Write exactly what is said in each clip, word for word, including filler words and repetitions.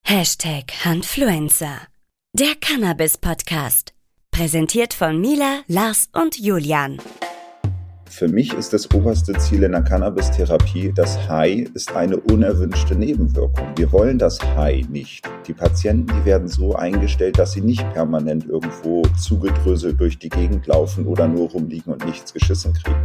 Hashtag Hanfluencer, der Cannabis-Podcast. Präsentiert von Mila, Lars und Julian. Für mich ist das oberste Ziel in der Cannabis-Therapie, das High ist eine unerwünschte Nebenwirkung. Wir wollen das High nicht. Die Patienten, die werden so eingestellt, dass sie nicht permanent irgendwo zugedröselt durch die Gegend laufen oder nur rumliegen und nichts geschissen kriegen.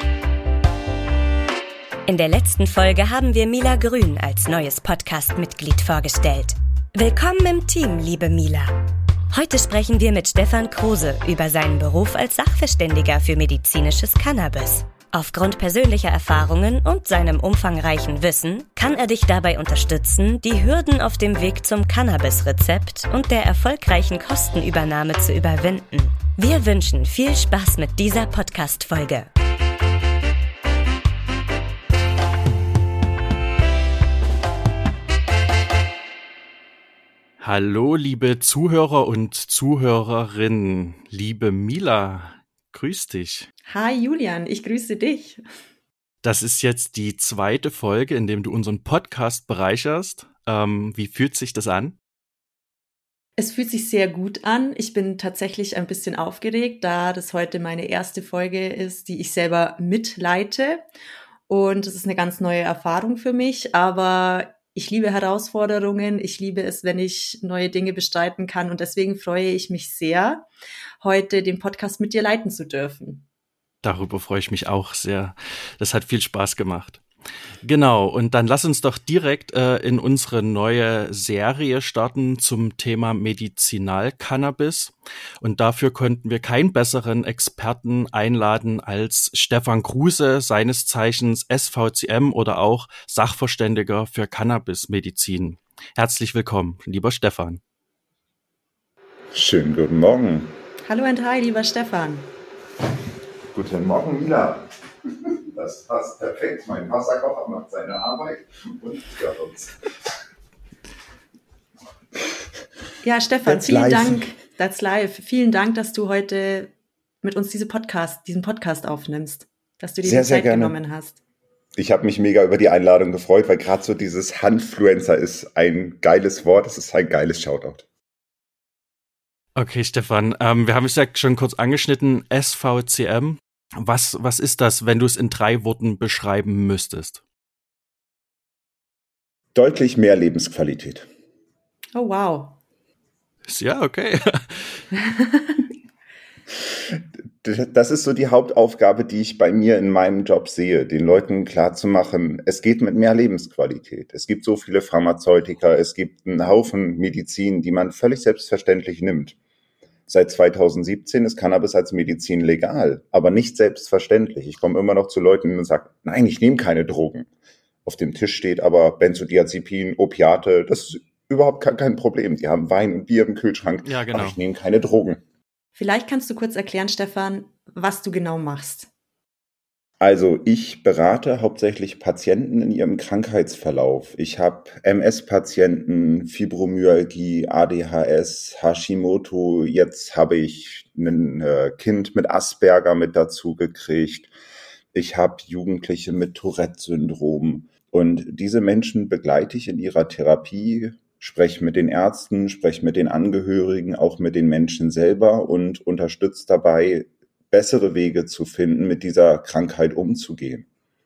In der letzten Folge haben wir Mila Grün als neues Podcast-Mitglied vorgestellt. Willkommen im Team, liebe Mila. Heute sprechen wir mit Stefan Kruse über seinen Beruf als Sachverständiger für medizinisches Cannabis. Aufgrund persönlicher Erfahrungen und seinem umfangreichen Wissen kann er dich dabei unterstützen, die Hürden auf dem Weg zum Cannabis-Rezept und der erfolgreichen Kostenübernahme zu überwinden. Wir wünschen viel Spaß mit dieser Podcast-Folge. Hallo, liebe Zuhörer und Zuhörerinnen, liebe Mila, grüß dich. Hi Julian, ich grüße dich. Das ist jetzt die zweite Folge, in der du unseren Podcast bereicherst. Ähm, wie fühlt sich das an? Es fühlt sich sehr gut an. Ich bin tatsächlich ein bisschen aufgeregt, da das heute meine erste Folge ist, die ich selber mitleite. Und es ist eine ganz neue Erfahrung für mich, aber ich liebe Herausforderungen, ich liebe es, wenn ich neue Dinge bestreiten kann und deswegen freue ich mich sehr, heute den Podcast mit dir leiten zu dürfen. Darüber freue ich mich auch sehr. Das hat viel Spaß gemacht. Genau, und dann lass uns doch direkt äh, in unsere neue Serie starten zum Thema Medizinalcannabis. Und dafür konnten wir keinen besseren Experten einladen als Stefan Kruse, seines Zeichens S V C M oder auch Sachverständiger für Cannabismedizin. Herzlich willkommen, lieber Stefan. Schönen guten Morgen. Hallo und hi, lieber Stefan. Guten Morgen, Mila. Das passt perfekt. Mein Wasserkocher macht seine Arbeit und hört uns. Ja, Stefan, That's vielen live. Dank. That's live. Vielen Dank, dass du heute mit uns diese Podcast, diesen Podcast aufnimmst, dass du dir Sehr, die sehr Zeit gerne. genommen hast. Ich habe mich mega über die Einladung gefreut, weil gerade so dieses Hanfluencer ist ein geiles Wort. Es ist ein geiles Shoutout. Okay, Stefan, ähm, wir haben es ja schon kurz angeschnitten, S V C M. Was, was ist das, wenn du es in drei Worten beschreiben müsstest? Deutlich mehr Lebensqualität. Oh, wow. Ja, okay. Das ist so die Hauptaufgabe, die ich bei mir in meinem Job sehe, den Leuten klarzumachen, es geht mit mehr Lebensqualität. Es gibt so viele Pharmazeutika, es gibt einen Haufen Medizin, die man völlig selbstverständlich nimmt. Seit zweitausendsiebzehn ist Cannabis als Medizin legal, aber nicht selbstverständlich. Ich komme immer noch zu Leuten und sage, nein, ich nehme keine Drogen. Auf dem Tisch steht aber Benzodiazepin, Opiate, das ist überhaupt kein Problem. Die haben Wein und Bier im Kühlschrank, Ja, genau. aber ich nehme keine Drogen. Vielleicht kannst du kurz erklären, Stefan, was du genau machst. Also ich berate hauptsächlich Patienten in ihrem Krankheitsverlauf. Ich habe M S-Patienten, Fibromyalgie, A D H S, Hashimoto. Jetzt habe ich ein äh, Kind mit Asperger mit dazu gekriegt. Ich habe Jugendliche mit Tourette-Syndrom. Und diese Menschen begleite ich in ihrer Therapie, spreche mit den Ärzten, spreche mit den Angehörigen, auch mit den Menschen selber und unterstütze dabei, bessere Wege zu finden, mit dieser Krankheit umzugehen.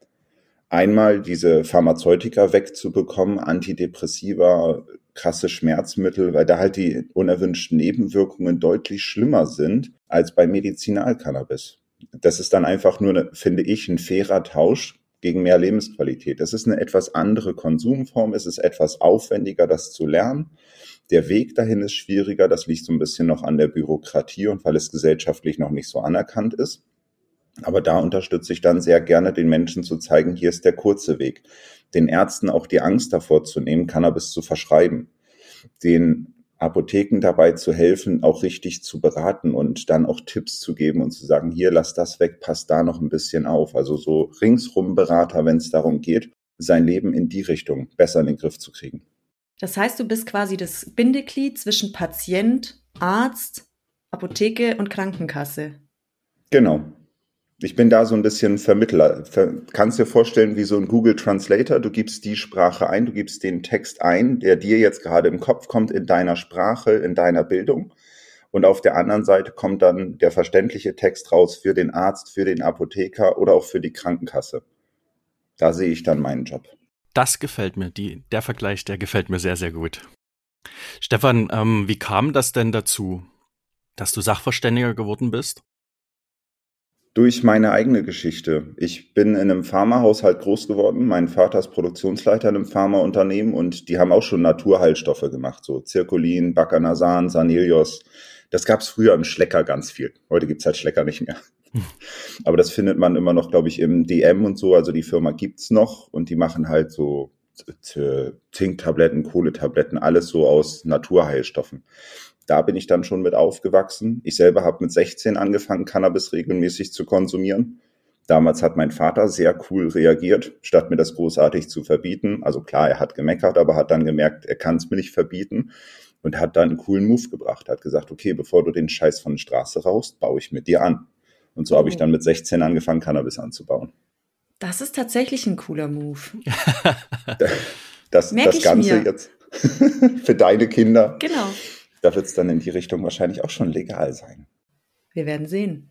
Einmal diese Pharmazeutika wegzubekommen, Antidepressiva, krasse Schmerzmittel, weil da halt die unerwünschten Nebenwirkungen deutlich schlimmer sind als bei Medizinalcannabis. Das ist dann einfach nur, eine, finde ich, ein fairer Tausch gegen mehr Lebensqualität. Das ist eine etwas andere Konsumform, es ist etwas aufwendiger, das zu lernen. Der Weg dahin ist schwieriger, das liegt so ein bisschen noch an der Bürokratie und weil es gesellschaftlich noch nicht so anerkannt ist. Aber da unterstütze ich dann sehr gerne, den Menschen zu zeigen, hier ist der kurze Weg. Den Ärzten auch die Angst davor zu nehmen, Cannabis zu verschreiben. Den Apotheken dabei zu helfen, auch richtig zu beraten und dann auch Tipps zu geben und zu sagen, hier, lass das weg, pass da noch ein bisschen auf. Also so ringsrum Berater, wenn es darum geht, sein Leben in die Richtung besser in den Griff zu kriegen. Das heißt, du bist quasi das Bindeglied zwischen Patient, Arzt, Apotheke und Krankenkasse. Genau. Ich bin da so ein bisschen Vermittler. Ver- Kannst dir vorstellen, wie so ein Google Translator, du gibst die Sprache ein, du gibst den Text ein, der dir jetzt gerade im Kopf kommt, in deiner Sprache, in deiner Bildung. Und auf der anderen Seite kommt dann der verständliche Text raus für den Arzt, für den Apotheker oder auch für die Krankenkasse. Da sehe ich dann meinen Job. Das gefällt mir, die, der Vergleich, der gefällt mir sehr, sehr gut. Stefan, ähm, wie kam das denn dazu, dass du Sachverständiger geworden bist? Durch meine eigene Geschichte. Ich bin in einem Pharmahaushalt groß geworden. Mein Vater ist Produktionsleiter in einem Pharmaunternehmen und die haben auch schon Naturheilstoffe gemacht, so Circulin, Bacanasan, Sanelios. Das gab es früher im Schlecker ganz viel. Heute gibt es halt Schlecker nicht mehr. Aber das findet man immer noch, glaube ich, im D M und so. Also die Firma gibt's noch und die machen halt so Zinktabletten, Kohletabletten, alles so aus Naturheilstoffen. Da bin ich dann schon mit aufgewachsen. Ich selber habe mit sechzehn angefangen, Cannabis regelmäßig zu konsumieren. Damals hat mein Vater sehr cool reagiert, statt mir das großartig zu verbieten. Also klar, er hat gemeckert, aber hat dann gemerkt, er kann es mir nicht verbieten und hat dann einen coolen Move gebracht. Hat gesagt, okay, bevor du den Scheiß von der Straße raust, baue ich mit dir an. Und so habe ich dann mit sechzehn angefangen, Cannabis anzubauen. Das ist tatsächlich ein cooler Move. Das, Merk das ich Ganze mir. jetzt für deine Kinder. Genau. Da wird es dann in die Richtung wahrscheinlich auch schon legal sein. Wir werden sehen.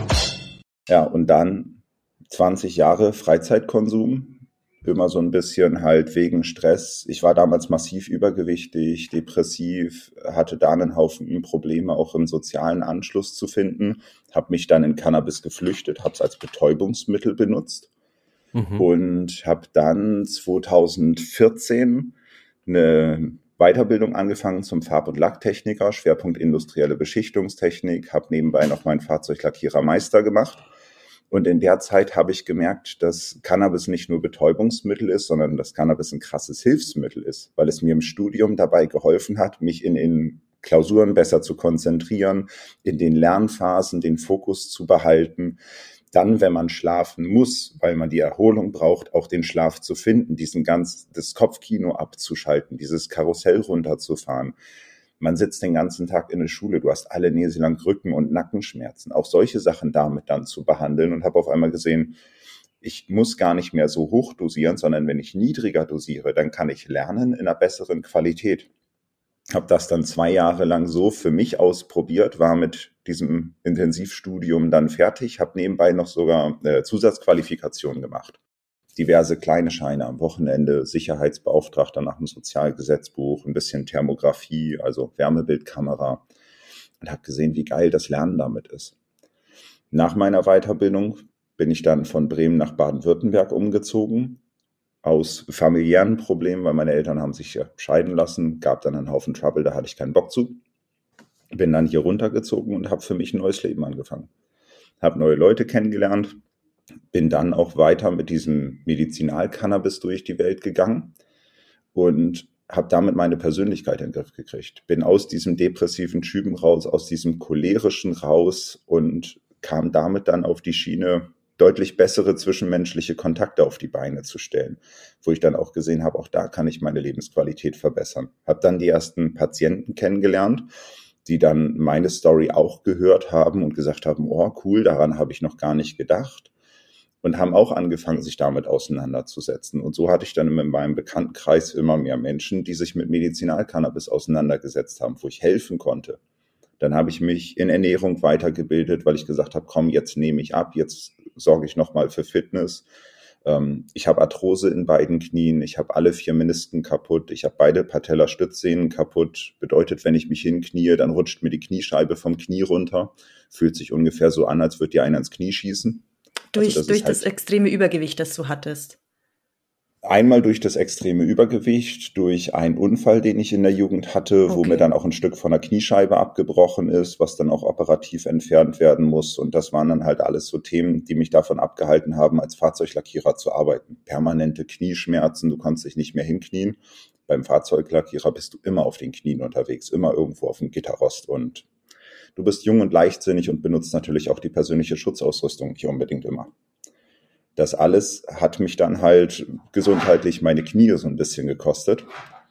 Ja, und dann zwanzig Jahre Freizeitkonsum. Immer so ein bisschen halt wegen Stress. Ich war damals massiv übergewichtig, depressiv, hatte da einen Haufen Probleme, auch im sozialen Anschluss zu finden. Habe mich dann in Cannabis geflüchtet, habe es als Betäubungsmittel benutzt. Mhm. Und habe dann zweitausendvierzehn eine Weiterbildung angefangen zum Farb- und Lacktechniker, Schwerpunkt industrielle Beschichtungstechnik, habe nebenbei noch meinen Fahrzeuglackierermeister gemacht. Und in der Zeit habe ich gemerkt, dass Cannabis nicht nur Betäubungsmittel ist, sondern dass Cannabis ein krasses Hilfsmittel ist, weil es mir im Studium dabei geholfen hat, mich in, in Klausuren besser zu konzentrieren, in den Lernphasen den Fokus zu behalten. Dann, wenn man schlafen muss, weil man die Erholung braucht, auch den Schlaf zu finden, diesen ganz, das Kopfkino abzuschalten, dieses Karussell runterzufahren. Man sitzt den ganzen Tag in der Schule, du hast alle Näse lang Rücken- und Nackenschmerzen. Auch solche Sachen damit dann zu behandeln und habe auf einmal gesehen, ich muss gar nicht mehr so hoch dosieren, sondern wenn ich niedriger dosiere, dann kann ich lernen in einer besseren Qualität. Habe das dann zwei Jahre lang so für mich ausprobiert, war mit diesem Intensivstudium dann fertig, habe nebenbei noch sogar äh, Zusatzqualifikationen gemacht. Diverse kleine Scheine am Wochenende, Sicherheitsbeauftragter nach dem Sozialgesetzbuch, ein bisschen Thermografie, also Wärmebildkamera und habe gesehen, wie geil das Lernen damit ist. Nach meiner Weiterbildung bin ich dann von Bremen nach Baden-Württemberg umgezogen, aus familiären Problemen, weil meine Eltern haben sich scheiden lassen, gab dann einen Haufen Trouble, da hatte ich keinen Bock zu. Bin dann hier runtergezogen und habe für mich ein neues Leben angefangen. Habe neue Leute kennengelernt, bin dann auch weiter mit diesem Medizinal-Cannabis durch die Welt gegangen und habe damit meine Persönlichkeit in den Griff gekriegt. Bin aus diesem depressiven Typen raus, aus diesem cholerischen raus und kam damit dann auf die Schiene, deutlich bessere zwischenmenschliche Kontakte auf die Beine zu stellen, wo ich dann auch gesehen habe, auch da kann ich meine Lebensqualität verbessern. Habe dann die ersten Patienten kennengelernt, die dann meine Story auch gehört haben und gesagt haben, oh cool, daran habe ich noch gar nicht gedacht und haben auch angefangen, sich damit auseinanderzusetzen. Und so hatte ich dann in meinem Bekanntenkreis immer mehr Menschen, die sich mit Medizinalcannabis auseinandergesetzt haben, wo ich helfen konnte. Dann habe ich mich in Ernährung weitergebildet, weil ich gesagt habe, komm, jetzt nehme ich ab, jetzt sorge ich nochmal für Fitness. Ähm, ich habe Arthrose in beiden Knien, ich habe alle vier Menisken kaputt, ich habe beide Patellarstützsehnen kaputt. Bedeutet, wenn ich mich hinknie, dann rutscht mir die Kniescheibe vom Knie runter. Fühlt sich ungefähr so an, als würde dir einer ins Knie schießen. Durch, also das, durch halt das extreme Übergewicht, das du hattest. Einmal durch das extreme Übergewicht, durch einen Unfall, den ich in der Jugend hatte, okay, wo mir dann auch ein Stück von der Kniescheibe abgebrochen ist, was dann auch operativ entfernt werden muss. Und das waren dann halt alles so Themen, die mich davon abgehalten haben, als Fahrzeuglackierer zu arbeiten. Permanente Knieschmerzen, du kannst dich nicht mehr hinknien. Beim Fahrzeuglackierer bist du immer auf den Knien unterwegs, immer irgendwo auf dem Gitterrost. Und du bist jung und leichtsinnig und benutzt natürlich auch die persönliche Schutzausrüstung nicht unbedingt immer. Das alles hat mich dann halt gesundheitlich meine Knie so ein bisschen gekostet.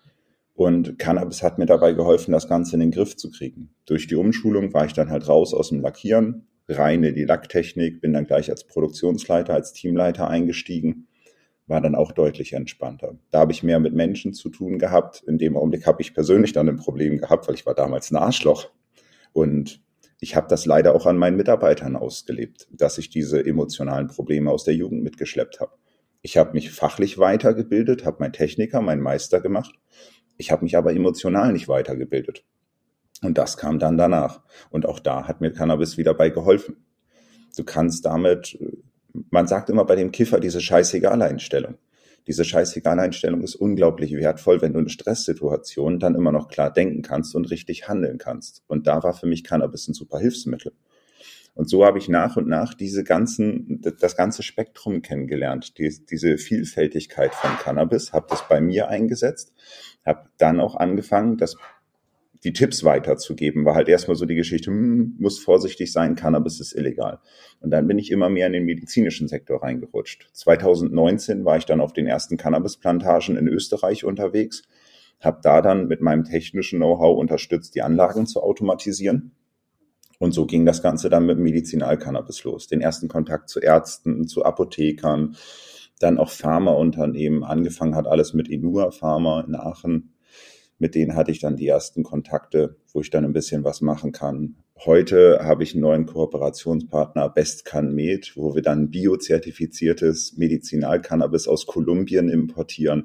Und Cannabis hat mir dabei geholfen, das Ganze in den Griff zu kriegen. Durch die Umschulung war ich dann halt raus aus dem Lackieren, rein in die Lacktechnik, bin dann gleich als Produktionsleiter, als Teamleiter eingestiegen, war dann auch deutlich entspannter. Da habe ich mehr mit Menschen zu tun gehabt. In dem Augenblick habe ich persönlich dann ein Problem gehabt, weil ich war damals ein Arschloch. Und ich habe das leider auch an meinen Mitarbeitern ausgelebt, dass ich diese emotionalen Probleme aus der Jugend mitgeschleppt habe. Ich habe mich fachlich weitergebildet, habe meinen Techniker, meinen Meister gemacht. Ich habe mich aber emotional nicht weitergebildet. Und das kam dann danach. Und auch da hat mir Cannabis wieder bei geholfen. Du kannst damit, man sagt immer bei dem Kiffer diese Scheißegal-Einstellung. Diese Scheißegal-Einstellung ist unglaublich wertvoll, wenn du in Stresssituationen dann immer noch klar denken kannst und richtig handeln kannst. Und da war für mich Cannabis ein super Hilfsmittel. Und so habe ich nach und nach diese ganzen, das ganze Spektrum kennengelernt, die, diese Vielfältigkeit von Cannabis, habe das bei mir eingesetzt, habe dann auch angefangen, das die Tipps weiterzugeben, war halt erstmal so die Geschichte, hm, muss vorsichtig sein, Cannabis ist illegal. Und dann bin ich immer mehr in den medizinischen Sektor reingerutscht. zwanzig neunzehn war ich dann auf den ersten Cannabisplantagen in Österreich unterwegs, habe da dann mit meinem technischen Know-how unterstützt, die Anlagen zu automatisieren. Und so ging das Ganze dann mit Medizinalcannabis los. Den ersten Kontakt zu Ärzten, zu Apothekern, dann auch Pharmaunternehmen. Angefangen hat alles mit Inua Pharma in Aachen. Mit denen hatte ich dann die ersten Kontakte, wo ich dann ein bisschen was machen kann. Heute habe ich einen neuen Kooperationspartner, BestCanMed, wo wir dann biozertifiziertes Medizinalcannabis aus Kolumbien importieren.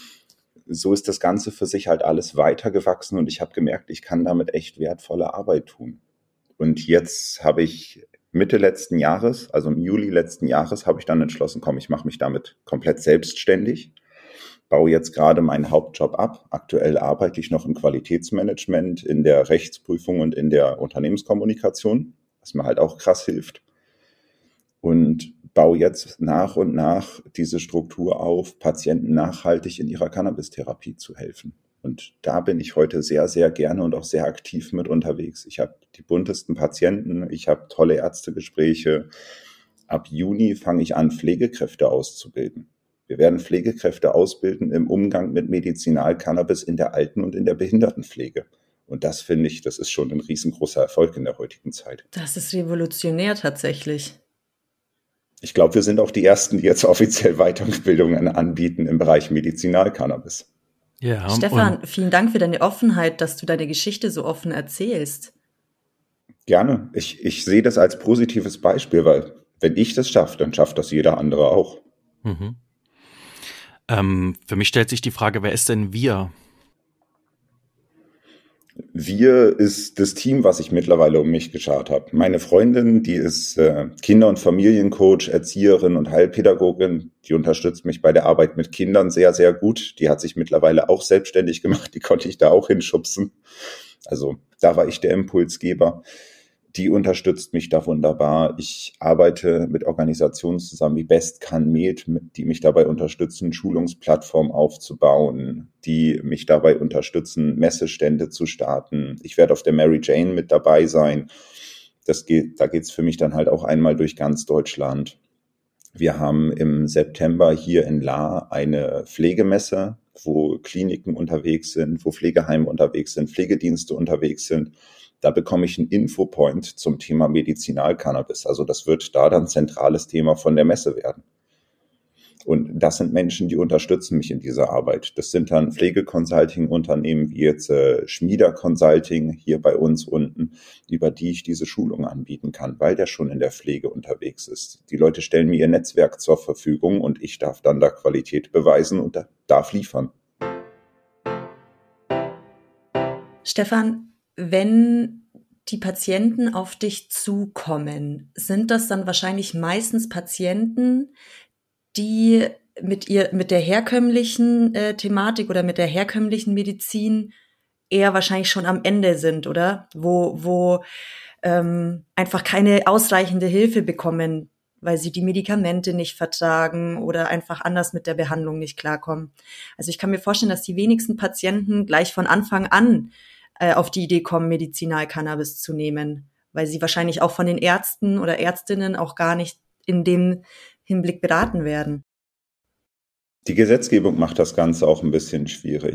So ist das Ganze für sich halt alles weitergewachsen und ich habe gemerkt, ich kann damit echt wertvolle Arbeit tun. Und jetzt habe ich Mitte letzten Jahres, also im Juli letzten Jahres, habe ich dann entschlossen, komm, ich mache mich damit komplett selbstständig. Baue jetzt gerade meinen Hauptjob ab. Aktuell arbeite ich noch im Qualitätsmanagement, in der Rechtsprüfung und in der Unternehmenskommunikation, was mir halt auch krass hilft. Und baue jetzt nach und nach diese Struktur auf, Patienten nachhaltig in ihrer Cannabis-Therapie zu helfen. Und da bin ich heute sehr, sehr gerne und auch sehr aktiv mit unterwegs. Ich habe die buntesten Patienten, ich habe tolle Ärztegespräche. Ab Juni fange ich an, Pflegekräfte auszubilden. Wir werden Pflegekräfte ausbilden im Umgang mit Medizinalcannabis in der Alten- und in der Behindertenpflege. Und das finde ich, das ist schon ein riesengroßer Erfolg in der heutigen Zeit. Das ist revolutionär tatsächlich. Ich glaube, wir sind auch die Ersten, die jetzt offiziell Weiterbildungen anbieten im Bereich Medizinalcannabis. Ja, Stefan, vielen Dank für deine Offenheit, dass du deine Geschichte so offen erzählst. Gerne. Ich, ich sehe das als positives Beispiel, weil wenn ich das schaffe, dann schafft das jeder andere auch. Mhm. Ähm, für mich stellt sich die Frage, wer ist denn wir? Wir ist das Team, was ich mittlerweile um mich geschart habe. Meine Freundin, die ist äh, Kinder- und Familiencoach, Erzieherin und Heilpädagogin. Die unterstützt mich bei der Arbeit mit Kindern sehr, sehr gut. Die hat sich mittlerweile auch selbstständig gemacht. Die konnte ich da auch hinschubsen. Also da war ich der Impulsgeber. Die unterstützt mich da wunderbar. Ich arbeite mit Organisationen zusammen wie BestCanMed, die mich dabei unterstützen, Schulungsplattformen aufzubauen, die mich dabei unterstützen, Messestände zu starten. Ich werde auf der Mary Jane mit dabei sein. Das geht, da geht's für mich dann halt auch einmal durch ganz Deutschland. Wir haben im September hier in Lahr eine Pflegemesse, wo Kliniken unterwegs sind, wo Pflegeheime unterwegs sind, Pflegedienste unterwegs sind. Da bekomme ich einen Infopoint zum Thema Medizinalcannabis. Also das wird da dann zentrales Thema von der Messe werden. Und das sind Menschen, die unterstützen mich in dieser Arbeit. Das sind dann Pflegeconsulting-Unternehmen wie jetzt äh, Schmieder Consulting hier bei uns unten, über die ich diese Schulung anbieten kann, weil der schon in der Pflege unterwegs ist. Die Leute stellen mir ihr Netzwerk zur Verfügung und ich darf dann da Qualität beweisen und darf liefern. Stefan, wenn die Patienten auf dich zukommen, sind das dann wahrscheinlich meistens Patienten, die mit ihr, mit der herkömmlichen äh, Thematik oder mit der herkömmlichen Medizin eher wahrscheinlich schon am Ende sind, oder? Wo, wo ähm, einfach keine ausreichende Hilfe bekommen, weil sie die Medikamente nicht vertragen oder einfach anders mit der Behandlung nicht klarkommen. Also ich kann mir vorstellen, dass die wenigsten Patienten gleich von Anfang an auf die Idee kommen, Medizinalcannabis zu nehmen, weil sie wahrscheinlich auch von den Ärzten oder Ärztinnen auch gar nicht in dem Hinblick beraten werden. Die Gesetzgebung macht das Ganze auch ein bisschen schwierig.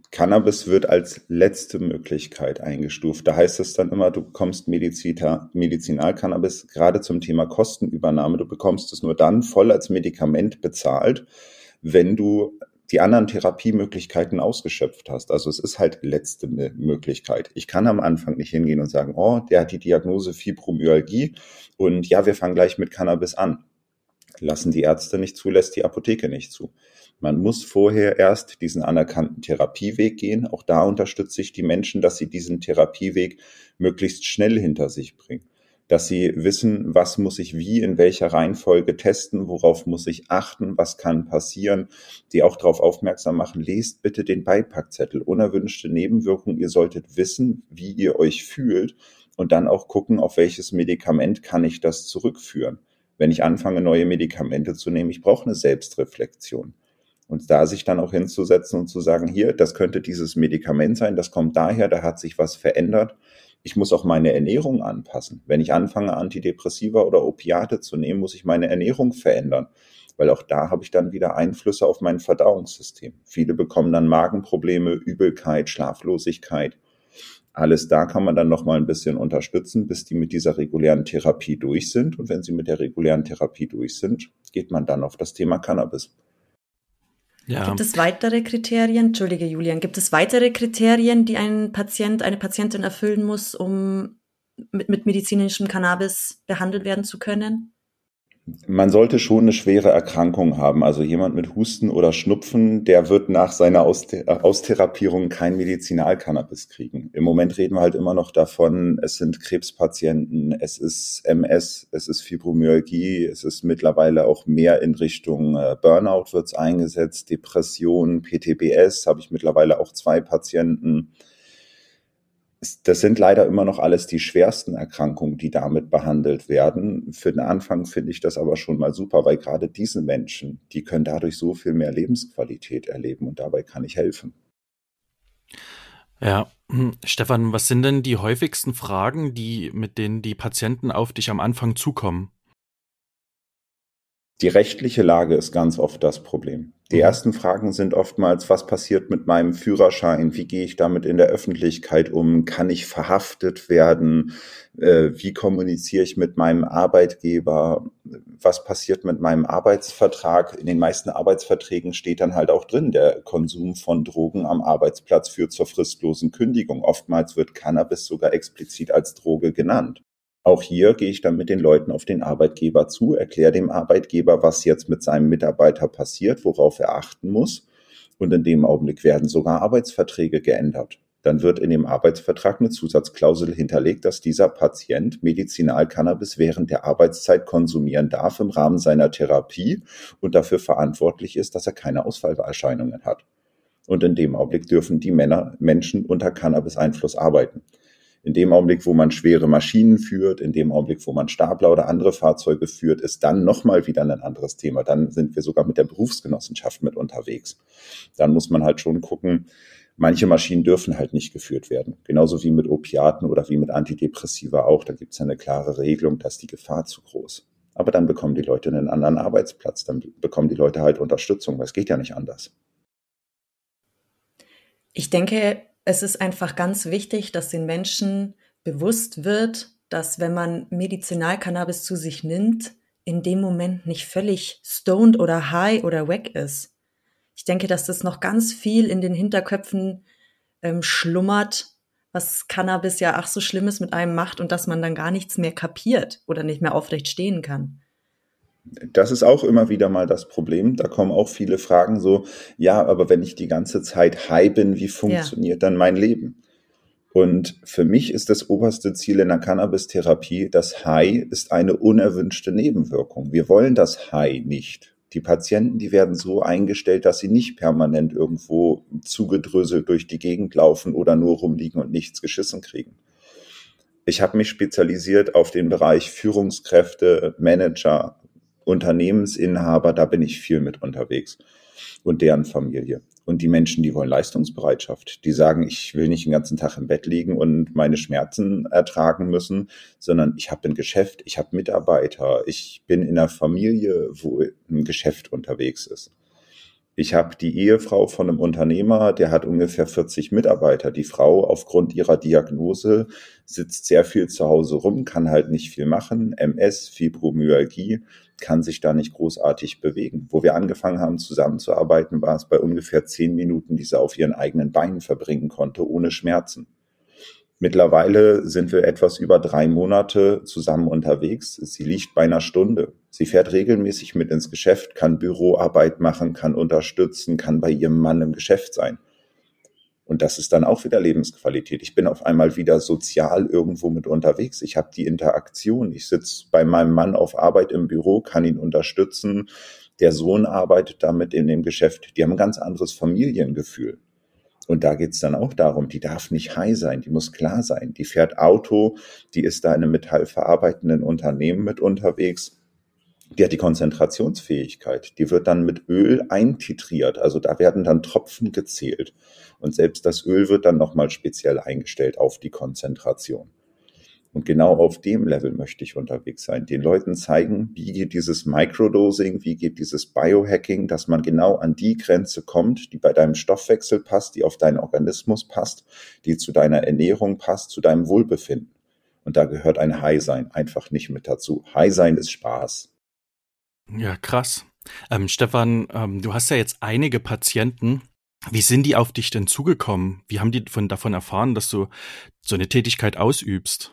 Cannabis wird als letzte Möglichkeit eingestuft. Da heißt es dann immer, du bekommst Medizita, Medizinalcannabis, gerade zum Thema Kostenübernahme. Du bekommst es nur dann voll als Medikament bezahlt, wenn du die anderen Therapiemöglichkeiten ausgeschöpft hast. Also es ist halt letzte Möglichkeit. Ich kann am Anfang nicht hingehen und sagen, oh, der hat die Diagnose Fibromyalgie und ja, wir fangen gleich mit Cannabis an. Lassen die Ärzte nicht zu, lässt die Apotheke nicht zu. Man muss vorher erst diesen anerkannten Therapieweg gehen. Auch da unterstütze ich die Menschen, dass sie diesen Therapieweg möglichst schnell hinter sich bringen. Dass sie wissen, was muss ich wie, in welcher Reihenfolge testen, worauf muss ich achten, was kann passieren. Die auch darauf aufmerksam machen, lest bitte den Beipackzettel. Unerwünschte Nebenwirkungen, ihr solltet wissen, wie ihr euch fühlt und dann auch gucken, auf welches Medikament kann ich das zurückführen. Wenn ich anfange, neue Medikamente zu nehmen, ich brauche eine Selbstreflexion. Und da sich dann auch hinzusetzen und zu sagen, hier, das könnte dieses Medikament sein, das kommt daher, da hat sich was verändert. Ich muss auch meine Ernährung anpassen. Wenn ich anfange, Antidepressiva oder Opiate zu nehmen, muss ich meine Ernährung verändern. Weil auch da habe ich dann wieder Einflüsse auf mein Verdauungssystem. Viele bekommen dann Magenprobleme, Übelkeit, Schlaflosigkeit. Alles da kann man dann nochmal ein bisschen unterstützen, bis die mit dieser regulären Therapie durch sind. Und wenn sie mit der regulären Therapie durch sind, geht man dann auf das Thema Cannabis. Ja. Gibt es weitere Kriterien, Entschuldige Julian, gibt es weitere Kriterien, die ein Patient, eine Patientin erfüllen muss, um mit, mit medizinischem Cannabis behandelt werden zu können? Man sollte schon eine schwere Erkrankung haben. Also jemand mit Husten oder Schnupfen, der wird nach seiner Austherapierung kein Medizinalcannabis kriegen. Im Moment reden wir halt immer noch davon, es sind Krebspatienten, es ist M S, es ist Fibromyalgie, es ist mittlerweile auch mehr in Richtung Burnout wird's eingesetzt, Depression, P T B S, habe ich mittlerweile auch zwei Patienten. Das sind leider immer noch alles die schwersten Erkrankungen, die damit behandelt werden. Für den Anfang finde ich das aber schon mal super, weil gerade diese Menschen, die können dadurch so viel mehr Lebensqualität erleben und dabei kann ich helfen. Ja, Stefan, was sind denn die häufigsten Fragen, die mit denen die Patienten auf dich am Anfang zukommen? Die rechtliche Lage ist ganz oft das Problem. Die ersten Fragen sind oftmals, was passiert mit meinem Führerschein? Wie gehe ich damit in der Öffentlichkeit um? Kann ich verhaftet werden? Wie kommuniziere ich mit meinem Arbeitgeber? Was passiert mit meinem Arbeitsvertrag? In den meisten Arbeitsverträgen steht dann halt auch drin, der Konsum von Drogen am Arbeitsplatz führt zur fristlosen Kündigung. Oftmals wird Cannabis sogar explizit als Droge genannt. Auch hier gehe ich dann mit den Leuten auf den Arbeitgeber zu, erkläre dem Arbeitgeber, was jetzt mit seinem Mitarbeiter passiert, worauf er achten muss. Und in dem Augenblick werden sogar Arbeitsverträge geändert. Dann wird in dem Arbeitsvertrag eine Zusatzklausel hinterlegt, dass dieser Patient Medizinalcannabis während der Arbeitszeit konsumieren darf im Rahmen seiner Therapie und dafür verantwortlich ist, dass er keine Ausfallerscheinungen hat. Und in dem Augenblick dürfen die Männer, Menschen unter Cannabis-Einfluss arbeiten. In dem Augenblick, wo man schwere Maschinen führt, in dem Augenblick, wo man Stapler oder andere Fahrzeuge führt, ist dann nochmal wieder ein anderes Thema. Dann sind wir sogar mit der Berufsgenossenschaft mit unterwegs. Dann muss man halt schon gucken, manche Maschinen dürfen halt nicht geführt werden. Genauso wie mit Opiaten oder wie mit Antidepressiva auch. Da gibt es eine klare Regelung, da ist die Gefahr zu groß. Aber dann bekommen die Leute einen anderen Arbeitsplatz. Dann bekommen die Leute halt Unterstützung, weil es geht ja nicht anders. Ich denke, es ist einfach ganz wichtig, dass den Menschen bewusst wird, dass wenn man Medizinalcannabis zu sich nimmt, in dem Moment nicht völlig stoned oder high oder wack ist. Ich denke, dass das noch ganz viel in den Hinterköpfen ähm, schlummert, was Cannabis ja ach so Schlimmes mit einem macht und dass man dann gar nichts mehr kapiert oder nicht mehr aufrecht stehen kann. Das ist auch immer wieder mal das Problem. Da kommen auch viele Fragen so, ja, aber wenn ich die ganze Zeit high bin, wie funktioniert ja. dann mein Leben? Und für mich ist das oberste Ziel in der Cannabis-Therapie, das High ist eine unerwünschte Nebenwirkung. Wir wollen das High nicht. Die Patienten, die werden so eingestellt, dass sie nicht permanent irgendwo zugedröselt durch die Gegend laufen oder nur rumliegen und nichts geschissen kriegen. Ich habe mich spezialisiert auf den Bereich Führungskräfte, Manager, Unternehmensinhaber, da bin ich viel mit unterwegs und deren Familie. Und die Menschen, die wollen Leistungsbereitschaft. Die sagen, ich will nicht den ganzen Tag im Bett liegen und meine Schmerzen ertragen müssen, sondern ich habe ein Geschäft, ich habe Mitarbeiter, ich bin in einer Familie, wo ein Geschäft unterwegs ist. Ich habe die Ehefrau von einem Unternehmer, der hat ungefähr vierzig Mitarbeiter. Die Frau aufgrund ihrer Diagnose sitzt sehr viel zu Hause rum, kann halt nicht viel machen. M S, Fibromyalgie, kann sich da nicht großartig bewegen. Wo wir angefangen haben zusammenzuarbeiten, war es bei ungefähr zehn Minuten, die sie auf ihren eigenen Beinen verbringen konnte, ohne Schmerzen. Mittlerweile sind wir etwas über drei Monate zusammen unterwegs. Sie liegt bei einer Stunde. Sie fährt regelmäßig mit ins Geschäft, kann Büroarbeit machen, kann unterstützen, kann bei ihrem Mann im Geschäft sein. Und das ist dann auch wieder Lebensqualität. Ich bin auf einmal wieder sozial irgendwo mit unterwegs. Ich habe die Interaktion. Ich sitze bei meinem Mann auf Arbeit im Büro, kann ihn unterstützen. Der Sohn arbeitet damit in dem Geschäft. Die haben ein ganz anderes Familiengefühl. Und da geht's dann auch darum, die darf nicht high sein, die muss klar sein. Die fährt Auto, die ist da in einem metallverarbeitenden Unternehmen mit unterwegs. Die hat die Konzentrationsfähigkeit. Die wird dann mit Öl eintitriert. Also da werden dann Tropfen gezählt. Und selbst das Öl wird dann nochmal speziell eingestellt auf die Konzentration. Und genau auf dem Level möchte ich unterwegs sein. Den Leuten zeigen, wie geht dieses Microdosing, wie geht dieses Biohacking, dass man genau an die Grenze kommt, die bei deinem Stoffwechsel passt, die auf deinen Organismus passt, die zu deiner Ernährung passt, zu deinem Wohlbefinden. Und da gehört ein High-Sein einfach nicht mit dazu. High-Sein ist Spaß. Ja, krass. Ähm, Stefan, ähm, du hast ja jetzt einige Patienten. Wie sind die auf dich denn zugekommen? Wie haben die von, davon erfahren, dass du so eine Tätigkeit ausübst?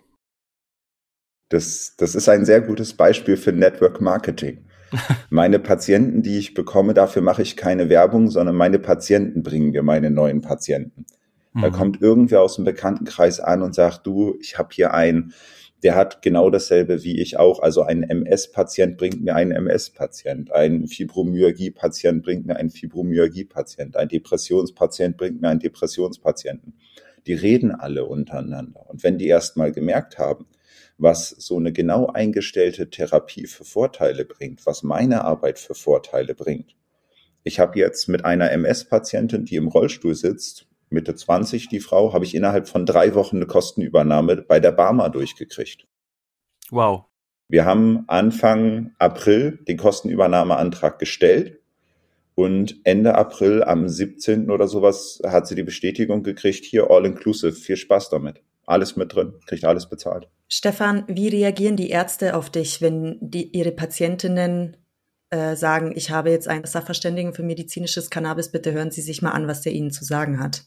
Das, das ist ein sehr gutes Beispiel für Network Marketing. Meine Patienten, die ich bekomme, dafür mache ich keine Werbung, sondern meine Patienten bringen mir meine neuen Patienten. Mhm. Da kommt irgendwer aus dem Bekanntenkreis an und sagt, du, ich habe hier einen, der hat genau dasselbe wie ich auch. Also ein M S-Patient bringt mir einen M S-Patient, ein Fibromyalgie-Patient bringt mir einen Fibromyalgie-Patient, ein Depressionspatient bringt mir einen Depressionspatienten. Die reden alle untereinander. Und wenn die erst mal gemerkt haben, was so eine genau eingestellte Therapie für Vorteile bringt, was meine Arbeit für Vorteile bringt. Ich habe jetzt mit einer M S-Patientin, die im Rollstuhl sitzt, Mitte zwanzig, die Frau, habe ich innerhalb von drei Wochen eine Kostenübernahme bei der Barmer durchgekriegt. Wow. Wir haben Anfang April den Kostenübernahmeantrag gestellt und Ende April, am siebzehnten oder sowas, hat sie die Bestätigung gekriegt, hier all inclusive, viel Spaß damit. Alles mit drin, kriegt alles bezahlt. Stefan, wie reagieren die Ärzte auf dich, wenn die ihre Patientinnen äh, sagen, ich habe jetzt einen Sachverständigen für medizinisches Cannabis, bitte hören Sie sich mal an, was der Ihnen zu sagen hat?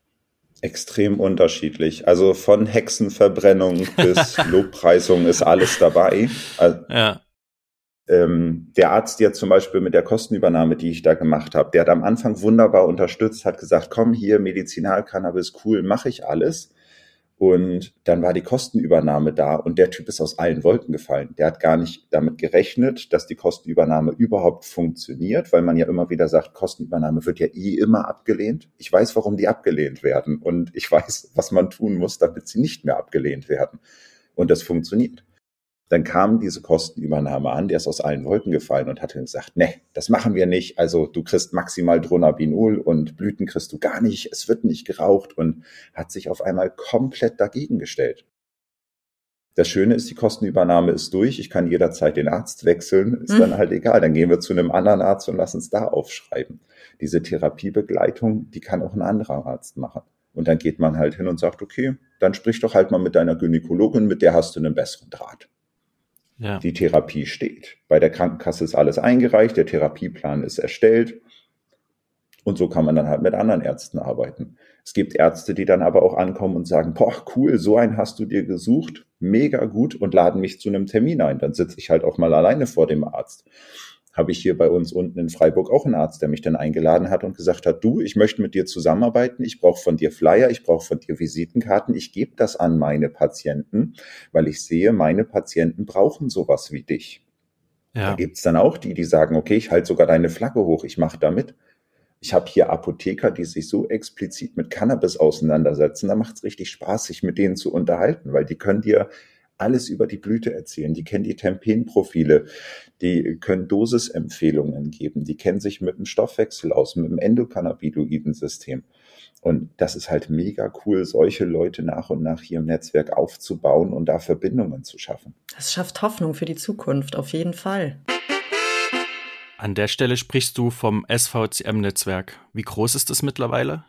Extrem unterschiedlich. Also von Hexenverbrennung bis Lobpreisung ist alles dabei. Also, ja. ähm, der Arzt jetzt zum Beispiel mit der Kostenübernahme, die ich da gemacht habe, der hat am Anfang wunderbar unterstützt, hat gesagt, komm hier, Medizinalcannabis, cool, mache ich alles. Und dann war die Kostenübernahme da und der Typ ist aus allen Wolken gefallen. Der hat gar nicht damit gerechnet, dass die Kostenübernahme überhaupt funktioniert, weil man ja immer wieder sagt, Kostenübernahme wird ja eh immer abgelehnt. Ich weiß, warum die abgelehnt werden und ich weiß, was man tun muss, damit sie nicht mehr abgelehnt werden. Und das funktioniert. Dann kam diese Kostenübernahme an, der ist aus allen Wolken gefallen und hat gesagt, ne, das machen wir nicht. Also du kriegst maximal Dronabinol und Blüten kriegst du gar nicht. Es wird nicht geraucht und hat sich auf einmal komplett dagegen gestellt. Das Schöne ist, die Kostenübernahme ist durch. Ich kann jederzeit den Arzt wechseln. Ist hm. dann halt egal. Dann gehen wir zu einem anderen Arzt und lassen es da aufschreiben. Diese Therapiebegleitung, die kann auch ein anderer Arzt machen. Und dann geht man halt hin und sagt, okay, dann sprich doch halt mal mit deiner Gynäkologin, mit der hast du einen besseren Draht. Ja. Die Therapie steht. Bei der Krankenkasse ist alles eingereicht, der Therapieplan ist erstellt und so kann man dann halt mit anderen Ärzten arbeiten. Es gibt Ärzte, die dann aber auch ankommen und sagen, boah, cool, so einen hast du dir gesucht, mega gut und laden mich zu einem Termin ein. Dann sitze ich halt auch mal alleine vor dem Arzt. Habe ich hier bei uns unten in Freiburg auch einen Arzt, der mich dann eingeladen hat und gesagt hat, du, ich möchte mit dir zusammenarbeiten, ich brauche von dir Flyer, ich brauche von dir Visitenkarten, ich gebe das an meine Patienten, weil ich sehe, meine Patienten brauchen sowas wie dich. Ja. Da gibt's dann auch die, die sagen, okay, ich halte sogar deine Flagge hoch, ich mache damit. Ich habe hier Apotheker, die sich so explizit mit Cannabis auseinandersetzen, da macht's richtig Spaß, sich mit denen zu unterhalten, weil die können dir alles über die Blüte erzählen, die kennen die Terpenprofile, die können Dosisempfehlungen geben, die kennen sich mit dem Stoffwechsel aus, mit dem Endokannabinoiden-System. Und das ist halt mega cool, solche Leute nach und nach hier im Netzwerk aufzubauen und da Verbindungen zu schaffen. Das schafft Hoffnung für die Zukunft, auf jeden Fall. An der Stelle sprichst du vom S V C M-Netzwerk. Wie groß ist es mittlerweile?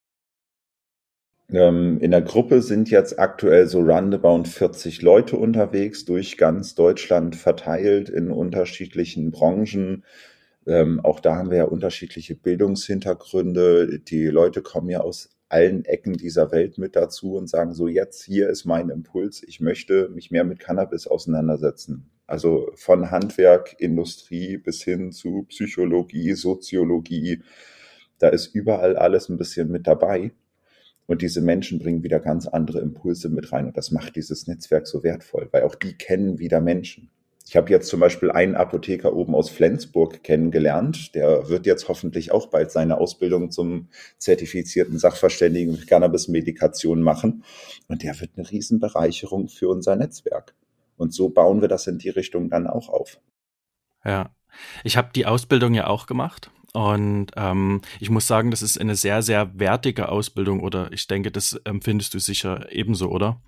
Ähm, in der Gruppe sind jetzt aktuell so roundabout vierzig Leute unterwegs, durch ganz Deutschland verteilt in unterschiedlichen Branchen. Ähm, auch da haben wir ja unterschiedliche Bildungshintergründe. Die Leute kommen ja aus allen Ecken dieser Welt mit dazu und sagen so, jetzt hier ist mein Impuls, ich möchte mich mehr mit Cannabis auseinandersetzen. Also von Handwerk, Industrie bis hin zu Psychologie, Soziologie, da ist überall alles ein bisschen mit dabei. Und diese Menschen bringen wieder ganz andere Impulse mit rein. Und das macht dieses Netzwerk so wertvoll, weil auch die kennen wieder Menschen. Ich habe jetzt zum Beispiel einen Apotheker oben aus Flensburg kennengelernt. Der wird jetzt hoffentlich auch bald seine Ausbildung zum zertifizierten Sachverständigen mit Cannabis-Medikation machen. Und der wird eine Riesenbereicherung für unser Netzwerk. Und so bauen wir das in die Richtung dann auch auf. Ja, ich habe die Ausbildung ja auch gemacht. Und ähm, ich muss sagen, das ist eine sehr, sehr wertige Ausbildung, oder ich denke, das empfindest du sicher ebenso, oder?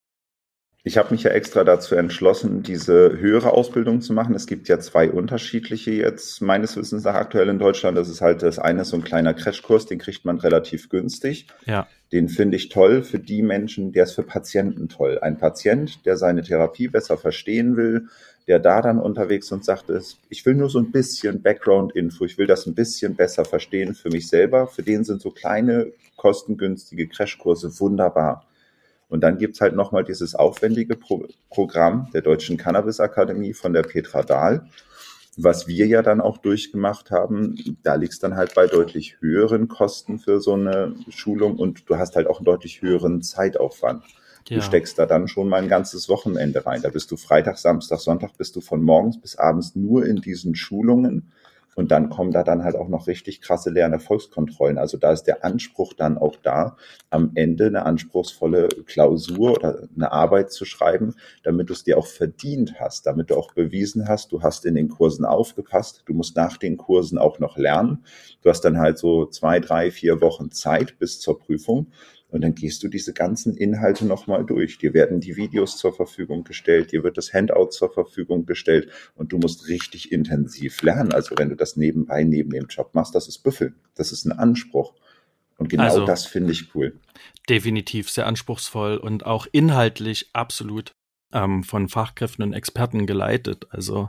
Ich habe mich ja extra dazu entschlossen, diese höhere Ausbildung zu machen. Es gibt ja zwei unterschiedliche jetzt, meines Wissens nach aktuell in Deutschland. Das ist halt das eine, so ein kleiner Crashkurs, den kriegt man relativ günstig. Ja. Den finde ich toll für die Menschen, der ist für Patienten toll. Ein Patient, der seine Therapie besser verstehen will, der da dann unterwegs und sagt, ich will nur so ein bisschen Background-Info, ich will das ein bisschen besser verstehen für mich selber. Für den sind so kleine, kostengünstige Crashkurse wunderbar. Und dann gibt's halt nochmal dieses aufwendige Pro- Programm der Deutschen Cannabis-Akademie von der Petra Dahl, was wir ja dann auch durchgemacht haben. Da liegt's dann halt bei deutlich höheren Kosten für so eine Schulung und du hast halt auch einen deutlich höheren Zeitaufwand. Ja. Du steckst da dann schon mal ein ganzes Wochenende rein. Da bist du Freitag, Samstag, Sonntag, bist du von morgens bis abends nur in diesen Schulungen. Und dann kommen da dann halt auch noch richtig krasse Lernerfolgskontrollen. Also da ist der Anspruch dann auch da, am Ende eine anspruchsvolle Klausur oder eine Arbeit zu schreiben, damit du es dir auch verdient hast, damit du auch bewiesen hast, du hast in den Kursen aufgepasst, du musst nach den Kursen auch noch lernen. Du hast dann halt so zwei, drei, vier Wochen Zeit bis zur Prüfung. Und dann gehst du diese ganzen Inhalte nochmal durch. Dir werden die Videos zur Verfügung gestellt, dir wird das Handout zur Verfügung gestellt und du musst richtig intensiv lernen. Also wenn du das nebenbei neben dem Job machst, das ist Büffeln, das ist ein Anspruch. Und genau also, das finde ich cool. Definitiv sehr anspruchsvoll und auch inhaltlich absolut ähm, von Fachkräften und Experten geleitet. Also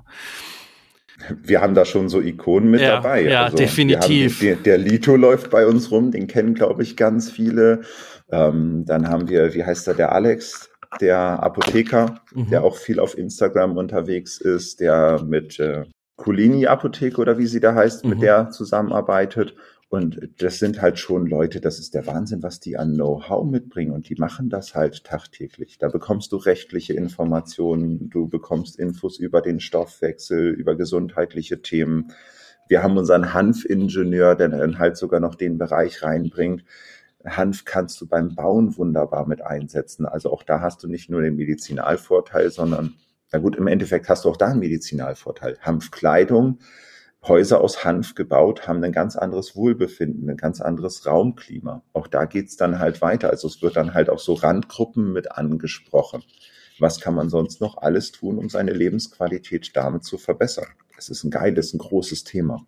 wir haben da schon so Ikonen mit ja, dabei. Ja, also definitiv. Wir haben, der, der Lito läuft bei uns rum, den kennen, glaube ich, ganz viele. Ähm, dann haben wir, wie heißt der, der Alex, der Apotheker, mhm. der auch viel auf Instagram unterwegs ist, der mit äh, Colini Apotheke oder wie sie da heißt, mhm. mit der zusammenarbeitet. Und das sind halt schon Leute, das ist der Wahnsinn, was die an Know-how mitbringen. Und die machen das halt tagtäglich. Da bekommst du rechtliche Informationen, du bekommst Infos über den Stoffwechsel, über gesundheitliche Themen. Wir haben unseren Hanfingenieur, der dann halt sogar noch den Bereich reinbringt. Hanf kannst du beim Bauen wunderbar mit einsetzen. Also auch da hast du nicht nur den Medizinalvorteil, sondern, na gut, im Endeffekt hast du auch da einen Medizinalvorteil. Hanfkleidung, Häuser aus Hanf gebaut, haben ein ganz anderes Wohlbefinden, ein ganz anderes Raumklima. Auch da geht's dann halt weiter. Also es wird dann halt auch so Randgruppen mit angesprochen. Was kann man sonst noch alles tun, um seine Lebensqualität damit zu verbessern? Es ist ein geiles, ein großes Thema.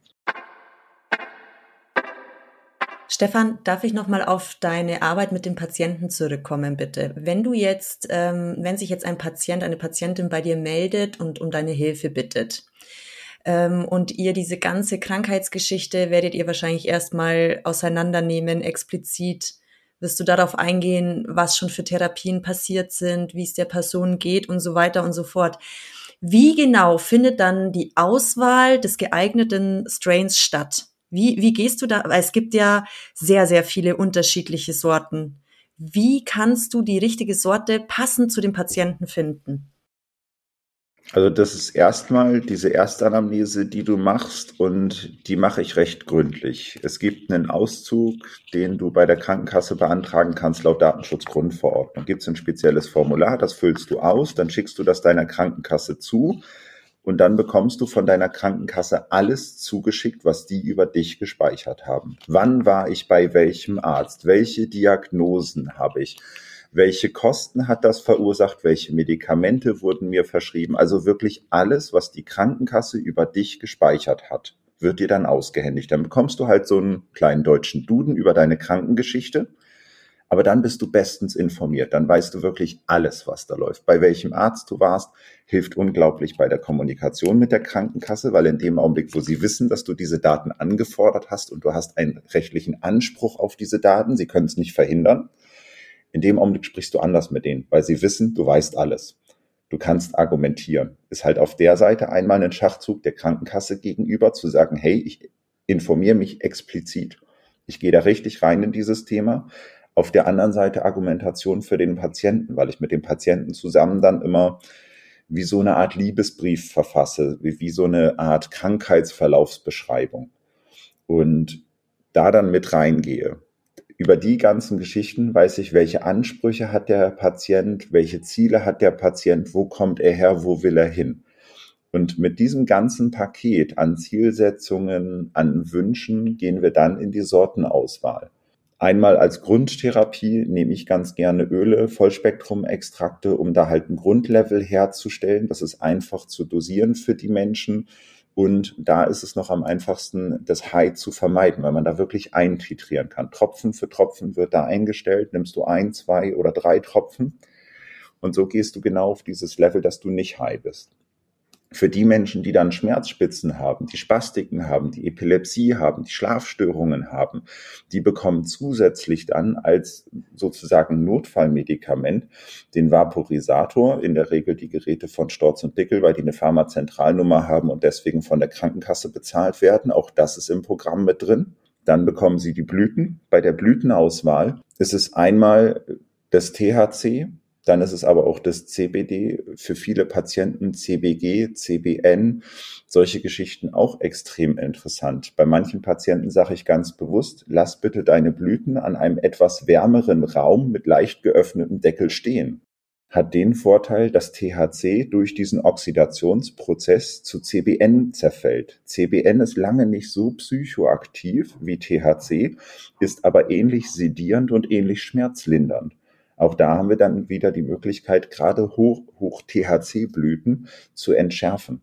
Stefan, darf ich nochmal auf deine Arbeit mit dem Patienten zurückkommen, bitte? Wenn du jetzt, ähm, wenn sich jetzt ein Patient, eine Patientin bei dir meldet und um deine Hilfe bittet, ähm, und ihr diese ganze Krankheitsgeschichte werdet ihr wahrscheinlich erstmal auseinandernehmen, explizit wirst du darauf eingehen, was schon für Therapien passiert sind, wie es der Person geht und so weiter und so fort. Wie genau findet dann die Auswahl des geeigneten Strains statt? Wie, wie gehst du da? Weil es gibt ja sehr, sehr viele unterschiedliche Sorten. Wie kannst du die richtige Sorte passend zu dem Patienten finden? Also das ist erstmal diese Erstanamnese, die du machst, und die mache ich recht gründlich. Es gibt einen Auszug, den du bei der Krankenkasse beantragen kannst laut Datenschutzgrundverordnung. Gibt es ein spezielles Formular, das füllst du aus, dann schickst du das deiner Krankenkasse zu. Und dann bekommst du von deiner Krankenkasse alles zugeschickt, was die über dich gespeichert haben. Wann war ich bei welchem Arzt? Welche Diagnosen habe ich? Welche Kosten hat das verursacht? Welche Medikamente wurden mir verschrieben? Also wirklich alles, was die Krankenkasse über dich gespeichert hat, wird dir dann ausgehändigt. Dann bekommst du halt so einen kleinen deutschen Duden über deine Krankengeschichte. Aber dann bist du bestens informiert. Dann weißt du wirklich alles, was da läuft. Bei welchem Arzt du warst, hilft unglaublich bei der Kommunikation mit der Krankenkasse, weil in dem Augenblick, wo sie wissen, dass du diese Daten angefordert hast und du hast einen rechtlichen Anspruch auf diese Daten, sie können es nicht verhindern, in dem Augenblick sprichst du anders mit denen, weil sie wissen, du weißt alles. Du kannst argumentieren. Ist halt auf der Seite einmal ein Schachzug der Krankenkasse gegenüber, zu sagen, hey, ich informiere mich explizit. Ich gehe da richtig rein in dieses Thema. Auf der anderen Seite Argumentation für den Patienten, weil ich mit dem Patienten zusammen dann immer wie so eine Art Liebesbrief verfasse, wie, wie so eine Art Krankheitsverlaufsbeschreibung und da dann mit reingehe. Über die ganzen Geschichten weiß ich, welche Ansprüche hat der Patient, welche Ziele hat der Patient, wo kommt er her, wo will er hin. Und mit diesem ganzen Paket an Zielsetzungen, an Wünschen gehen wir dann in die Sortenauswahl. Einmal als Grundtherapie nehme ich ganz gerne Öle, Vollspektrum-Extrakte, um da halt ein Grundlevel herzustellen. Das ist einfach zu dosieren für die Menschen. Und da ist es noch am einfachsten, das High zu vermeiden, weil man da wirklich eintitrieren kann. Tropfen für Tropfen wird da eingestellt. Nimmst du ein, zwei oder drei Tropfen. Und so gehst du genau auf dieses Level, dass du nicht high bist. Für die Menschen, die dann Schmerzspitzen haben, die Spastiken haben, die Epilepsie haben, die Schlafstörungen haben, die bekommen zusätzlich dann als sozusagen Notfallmedikament den Vaporisator, in der Regel die Geräte von Storz und Dickel, weil die eine Pharmazentralnummer haben und deswegen von der Krankenkasse bezahlt werden. Auch das ist im Programm mit drin. Dann bekommen sie die Blüten. Bei der Blütenauswahl ist es einmal das T H C, dann ist es aber auch das C B D, für viele Patienten C B G, C B N, solche Geschichten auch extrem interessant. Bei manchen Patienten sage ich ganz bewusst, lass bitte deine Blüten an einem etwas wärmeren Raum mit leicht geöffnetem Deckel stehen. Hat den Vorteil, dass T H C durch diesen Oxidationsprozess zu C B N zerfällt. C B N ist lange nicht so psychoaktiv wie T H C, ist aber ähnlich sedierend und ähnlich schmerzlindernd. Auch da haben wir dann wieder die Möglichkeit, gerade hoch, hoch T H C-Blüten zu entschärfen.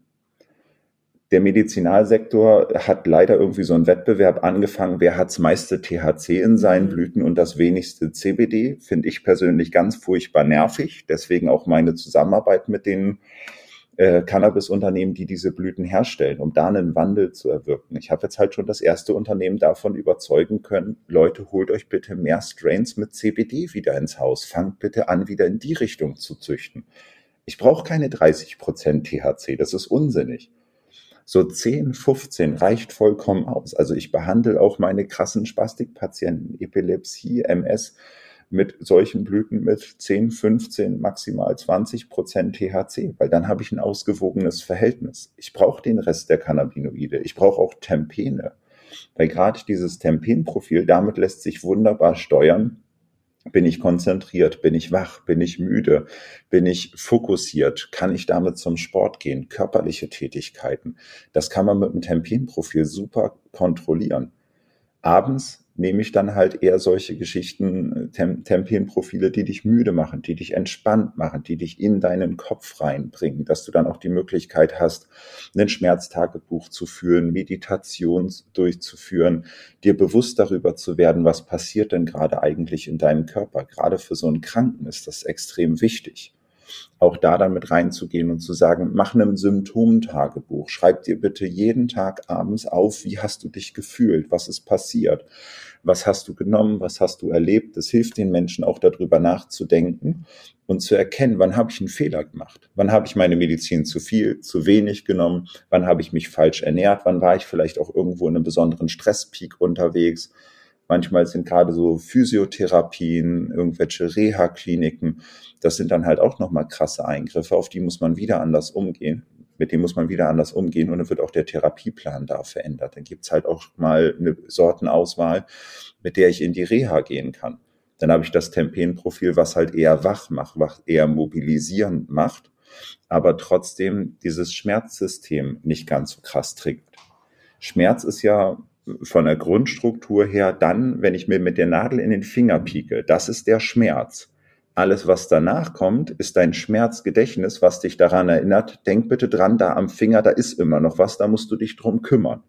Der Medizinalsektor hat leider irgendwie so einen Wettbewerb angefangen, wer hat das meiste T H C in seinen Blüten und das wenigste C B D, finde ich persönlich ganz furchtbar nervig. Deswegen auch meine Zusammenarbeit mit den äh, Cannabis-Unternehmen, die diese Blüten herstellen, um da einen Wandel zu erwirken. Ich habe jetzt halt schon das erste Unternehmen davon überzeugen können, Leute, holt euch bitte mehr Strains mit C B D wieder ins Haus. Fangt bitte an, wieder in die Richtung zu züchten. Ich brauche keine dreißig Prozent T H C, das ist unsinnig. So zehn, fünfzehn reicht vollkommen aus. Also ich behandle auch meine krassen Spastikpatienten, Epilepsie, M S, mit solchen Blüten mit zehn, fünfzehn, maximal zwanzig Prozent T H C, weil dann habe ich ein ausgewogenes Verhältnis. Ich brauche den Rest der Cannabinoide. Ich brauche auch Terpene, weil gerade dieses Terpenprofil, damit lässt sich wunderbar steuern. Bin ich konzentriert? Bin ich wach? Bin ich müde? Bin ich fokussiert? Kann ich damit zum Sport gehen? Körperliche Tätigkeiten. Das kann man mit einem Terpenprofil super kontrollieren. Abends nehme ich dann halt eher solche Geschichten, Tem- Terpenprofile, die dich müde machen, die dich entspannt machen, die dich in deinen Kopf reinbringen, dass du dann auch die Möglichkeit hast, ein Schmerztagebuch zu führen, Meditation durchzuführen, dir bewusst darüber zu werden, was passiert denn gerade eigentlich in deinem Körper. Gerade für so einen Kranken ist das extrem wichtig. Auch da dann mit reinzugehen und zu sagen, mach ein Symptomtagebuch, schreib dir bitte jeden Tag abends auf, wie hast du dich gefühlt, was ist passiert, was hast du genommen, was hast du erlebt. Das hilft den Menschen auch darüber nachzudenken und zu erkennen, wann habe ich einen Fehler gemacht, wann habe ich meine Medizin zu viel, zu wenig genommen, wann habe ich mich falsch ernährt, wann war ich vielleicht auch irgendwo in einem besonderen Stresspeak unterwegs. Manchmal sind gerade so Physiotherapien, irgendwelche Reha-Kliniken, das sind dann halt auch nochmal krasse Eingriffe, auf die muss man wieder anders umgehen. Mit denen muss man wieder anders umgehen und dann wird auch der Therapieplan da verändert. Dann gibt's halt auch mal eine Sortenauswahl, mit der ich in die Reha gehen kann. Dann habe ich das Terpenprofil, was halt eher wach macht, was eher mobilisierend macht. aber trotzdem dieses Schmerzsystem nicht ganz so krass triggert. Schmerz ist ja von der Grundstruktur her dann, wenn ich mir mit der Nadel in den Finger pieke, das ist der Schmerz. Alles, was danach kommt, ist dein Schmerzgedächtnis, was dich daran erinnert, denk bitte dran, da am Finger, da ist immer noch was, da musst du dich drum kümmern.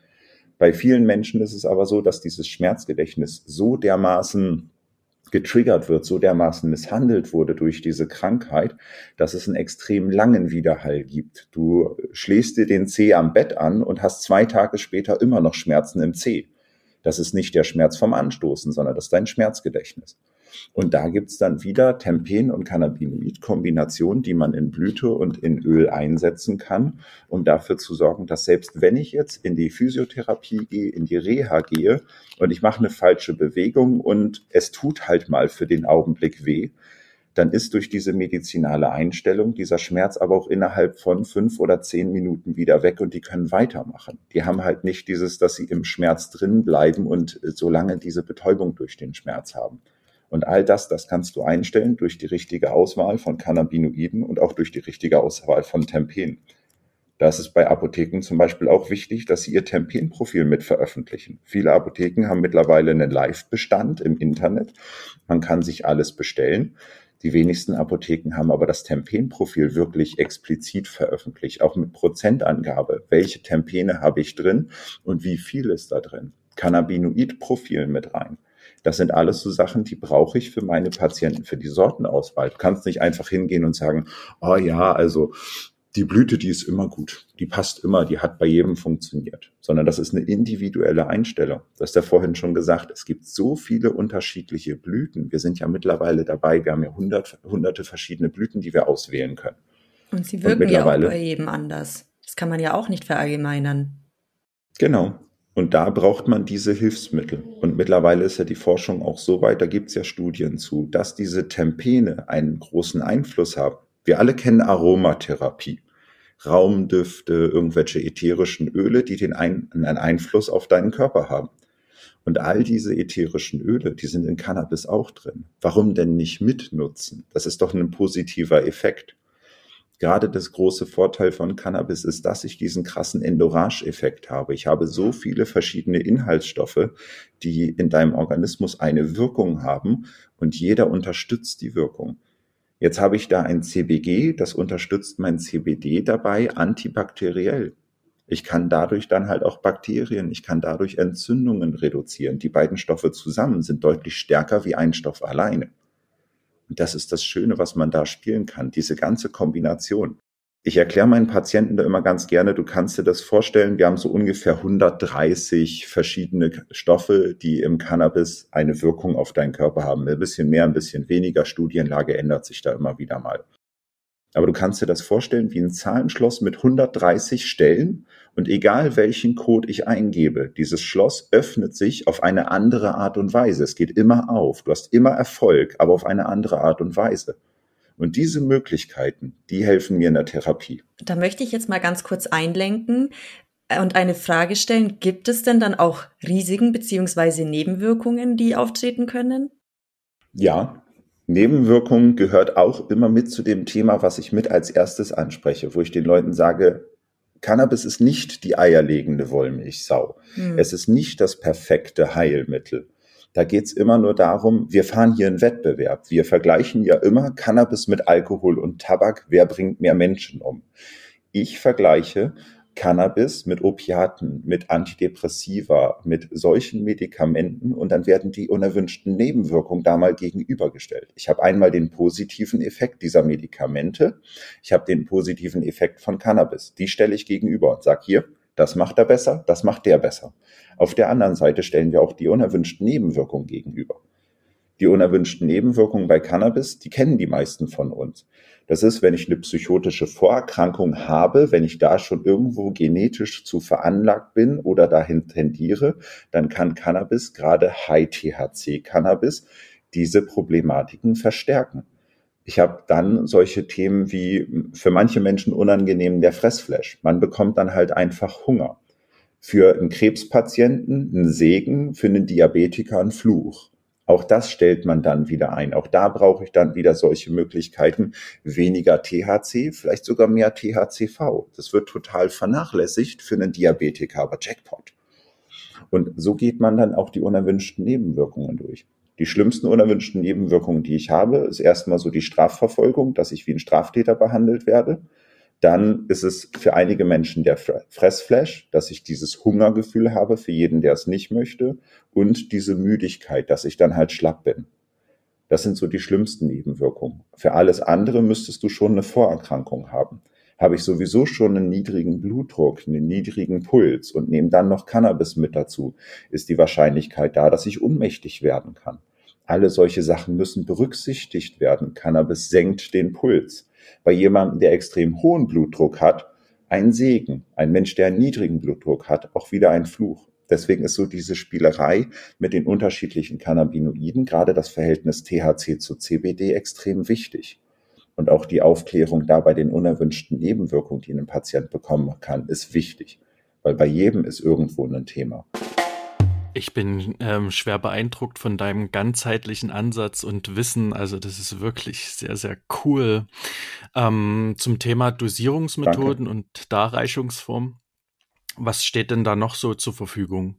Bei vielen Menschen ist es aber so, dass dieses Schmerzgedächtnis so dermaßen getriggert wird, so dermaßen misshandelt wurde durch diese Krankheit, dass es einen extrem langen Widerhall gibt. Du schlägst dir den Zeh am Bett an und hast zwei Tage später immer noch Schmerzen im Zeh. Das ist nicht der Schmerz vom Anstoßen, sondern das ist dein Schmerzgedächtnis. Und da gibt's dann wieder Tempen- und Cannabinoid-Kombinationen, die man in Blüte und in Öl einsetzen kann, um dafür zu sorgen, dass selbst wenn ich jetzt in die Physiotherapie gehe, in die Reha gehe und ich mache eine falsche Bewegung und es tut halt mal für den Augenblick weh, dann ist durch diese medizinale Einstellung dieser Schmerz aber auch innerhalb von fünf oder zehn Minuten wieder weg und die können weitermachen. Die haben halt nicht dieses, dass sie im Schmerz drin bleiben und so lange diese Betäubung durch den Schmerz haben. Und all das, das kannst du einstellen durch die richtige Auswahl von Cannabinoiden und auch durch die richtige Auswahl von Tempen. Da ist es bei Apotheken zum Beispiel auch wichtig, dass sie ihr Tempen-Profil mit veröffentlichen. Viele Apotheken haben mittlerweile einen Live-Bestand im Internet. Man kann sich alles bestellen. Die wenigsten Apotheken haben aber das Tempen-Profil wirklich explizit veröffentlicht, auch mit Prozentangabe. Welche Tempene habe ich drin und wie viel ist da drin? Cannabinoid-Profil mit rein. Das sind alles so Sachen, die brauche ich für meine Patienten, für die Sortenauswahl. Du kannst nicht einfach hingehen und sagen, oh ja, also die Blüte, die ist immer gut, die passt immer, die hat bei jedem funktioniert. Sondern das ist eine individuelle Einstellung. Du hast ja vorhin schon gesagt, es gibt so viele unterschiedliche Blüten. Wir sind ja mittlerweile dabei, wir haben ja hundert, hunderte verschiedene Blüten, die wir auswählen können. Und sie wirken und ja auch bei jedem anders. Das kann man ja auch nicht verallgemeinern. Genau. Und da braucht man diese Hilfsmittel. Und mittlerweile ist ja die Forschung auch so weit, da gibt es ja Studien zu, dass diese Tempene einen großen Einfluss haben. Wir alle kennen Aromatherapie. Raumdüfte, irgendwelche ätherischen Öle, die den ein, einen Einfluss auf deinen Körper haben. Und all diese ätherischen Öle, die sind in Cannabis auch drin. Warum denn nicht mitnutzen? Das ist doch ein positiver Effekt. Gerade das große Vorteil von Cannabis ist, dass ich diesen krassen Endorage-Effekt habe. Ich habe so viele verschiedene Inhaltsstoffe, die in deinem Organismus eine Wirkung haben und jeder unterstützt die Wirkung. Jetzt habe ich da ein C B G, das unterstützt mein C B D dabei antibakteriell. Ich kann dadurch dann halt auch Bakterien, ich kann dadurch Entzündungen reduzieren. Die beiden Stoffe zusammen sind deutlich stärker wie ein Stoff alleine. Und das ist das Schöne, was man da spielen kann, diese ganze Kombination. Ich erkläre meinen Patienten da immer ganz gerne, du kannst dir das vorstellen, wir haben so ungefähr hundertdreißig verschiedene Stoffe, die im Cannabis eine Wirkung auf deinen Körper haben. Ein bisschen mehr, ein bisschen weniger, Studienlage ändert sich da immer wieder mal. Aber du kannst dir das vorstellen wie ein Zahlenschloss mit hundertdreißig Stellen und egal welchen Code ich eingebe, dieses Schloss öffnet sich auf eine andere Art und Weise. Es geht immer auf. Du hast immer Erfolg, aber auf eine andere Art und Weise. Und diese Möglichkeiten, die helfen mir in der Therapie. Da möchte ich jetzt mal ganz kurz einlenken und eine Frage stellen. Gibt es denn dann auch Risiken bzw. Nebenwirkungen, die auftreten können? Ja. Nebenwirkungen gehört auch immer mit zu dem Thema, was ich mit als erstes anspreche, wo ich den Leuten sage, Cannabis ist nicht die eierlegende Wollmilchsau. Hm. Es ist nicht das perfekte Heilmittel. Da geht's immer nur darum, wir fahren hier einen Wettbewerb. Wir vergleichen ja immer Cannabis mit Alkohol und Tabak. Wer bringt mehr Menschen um? Ich vergleiche Cannabis mit Opiaten, mit Antidepressiva, mit solchen Medikamenten und dann werden die unerwünschten Nebenwirkungen da mal gegenübergestellt. Ich habe einmal den positiven Effekt dieser Medikamente, ich habe den positiven Effekt von Cannabis. Die stelle ich gegenüber und sage hier, das macht er besser, das macht der besser. Auf der anderen Seite stellen wir auch die unerwünschten Nebenwirkungen gegenüber. Die unerwünschten Nebenwirkungen bei Cannabis, die kennen die meisten von uns. Das ist, wenn ich eine psychotische Vorerkrankung habe, wenn ich da schon irgendwo genetisch zu veranlagt bin oder dahin tendiere, dann kann Cannabis, gerade High-T H C-Cannabis, diese Problematiken verstärken. Ich habe dann solche Themen wie für manche Menschen unangenehm der Fressflash. Man bekommt dann halt einfach Hunger. Für einen Krebspatienten ein Segen, für einen Diabetiker ein Fluch. Auch das stellt man dann wieder ein. Auch da brauche ich dann wieder solche Möglichkeiten. Weniger T H C, vielleicht sogar mehr T H C V. Das wird total vernachlässigt für einen Diabetiker, aber Jackpot. Und so geht man dann auch die unerwünschten Nebenwirkungen durch. Die schlimmsten unerwünschten Nebenwirkungen, die ich habe, ist erstmal so die Strafverfolgung, dass ich wie ein Straftäter behandelt werde. Dann ist es für einige Menschen der Fressflash, dass ich dieses Hungergefühl habe für jeden, der es nicht möchte. Und diese Müdigkeit, dass ich dann halt schlapp bin. Das sind so die schlimmsten Nebenwirkungen. Für alles andere müsstest du schon eine Vorerkrankung haben. Habe ich sowieso schon einen niedrigen Blutdruck, einen niedrigen Puls und nehme dann noch Cannabis mit dazu, ist die Wahrscheinlichkeit da, dass ich ohnmächtig werden kann. Alle solche Sachen müssen berücksichtigt werden. Cannabis senkt den Puls. Bei jemandem, der extrem hohen Blutdruck hat, ein Segen. Ein Mensch, der einen niedrigen Blutdruck hat, auch wieder ein Fluch. Deswegen ist so diese Spielerei mit den unterschiedlichen Cannabinoiden, gerade das Verhältnis T H C zu C B D, extrem wichtig. Und auch die Aufklärung da bei den unerwünschten Nebenwirkungen, die ein Patient bekommen kann, ist wichtig. Weil bei jedem ist irgendwo ein Thema. Ich bin ähm, schwer beeindruckt von deinem ganzheitlichen Ansatz und Wissen. Also das ist wirklich sehr, sehr cool. Ähm, zum Thema Dosierungsmethoden Danke. Und Darreichungsform. Was steht denn da noch so zur Verfügung?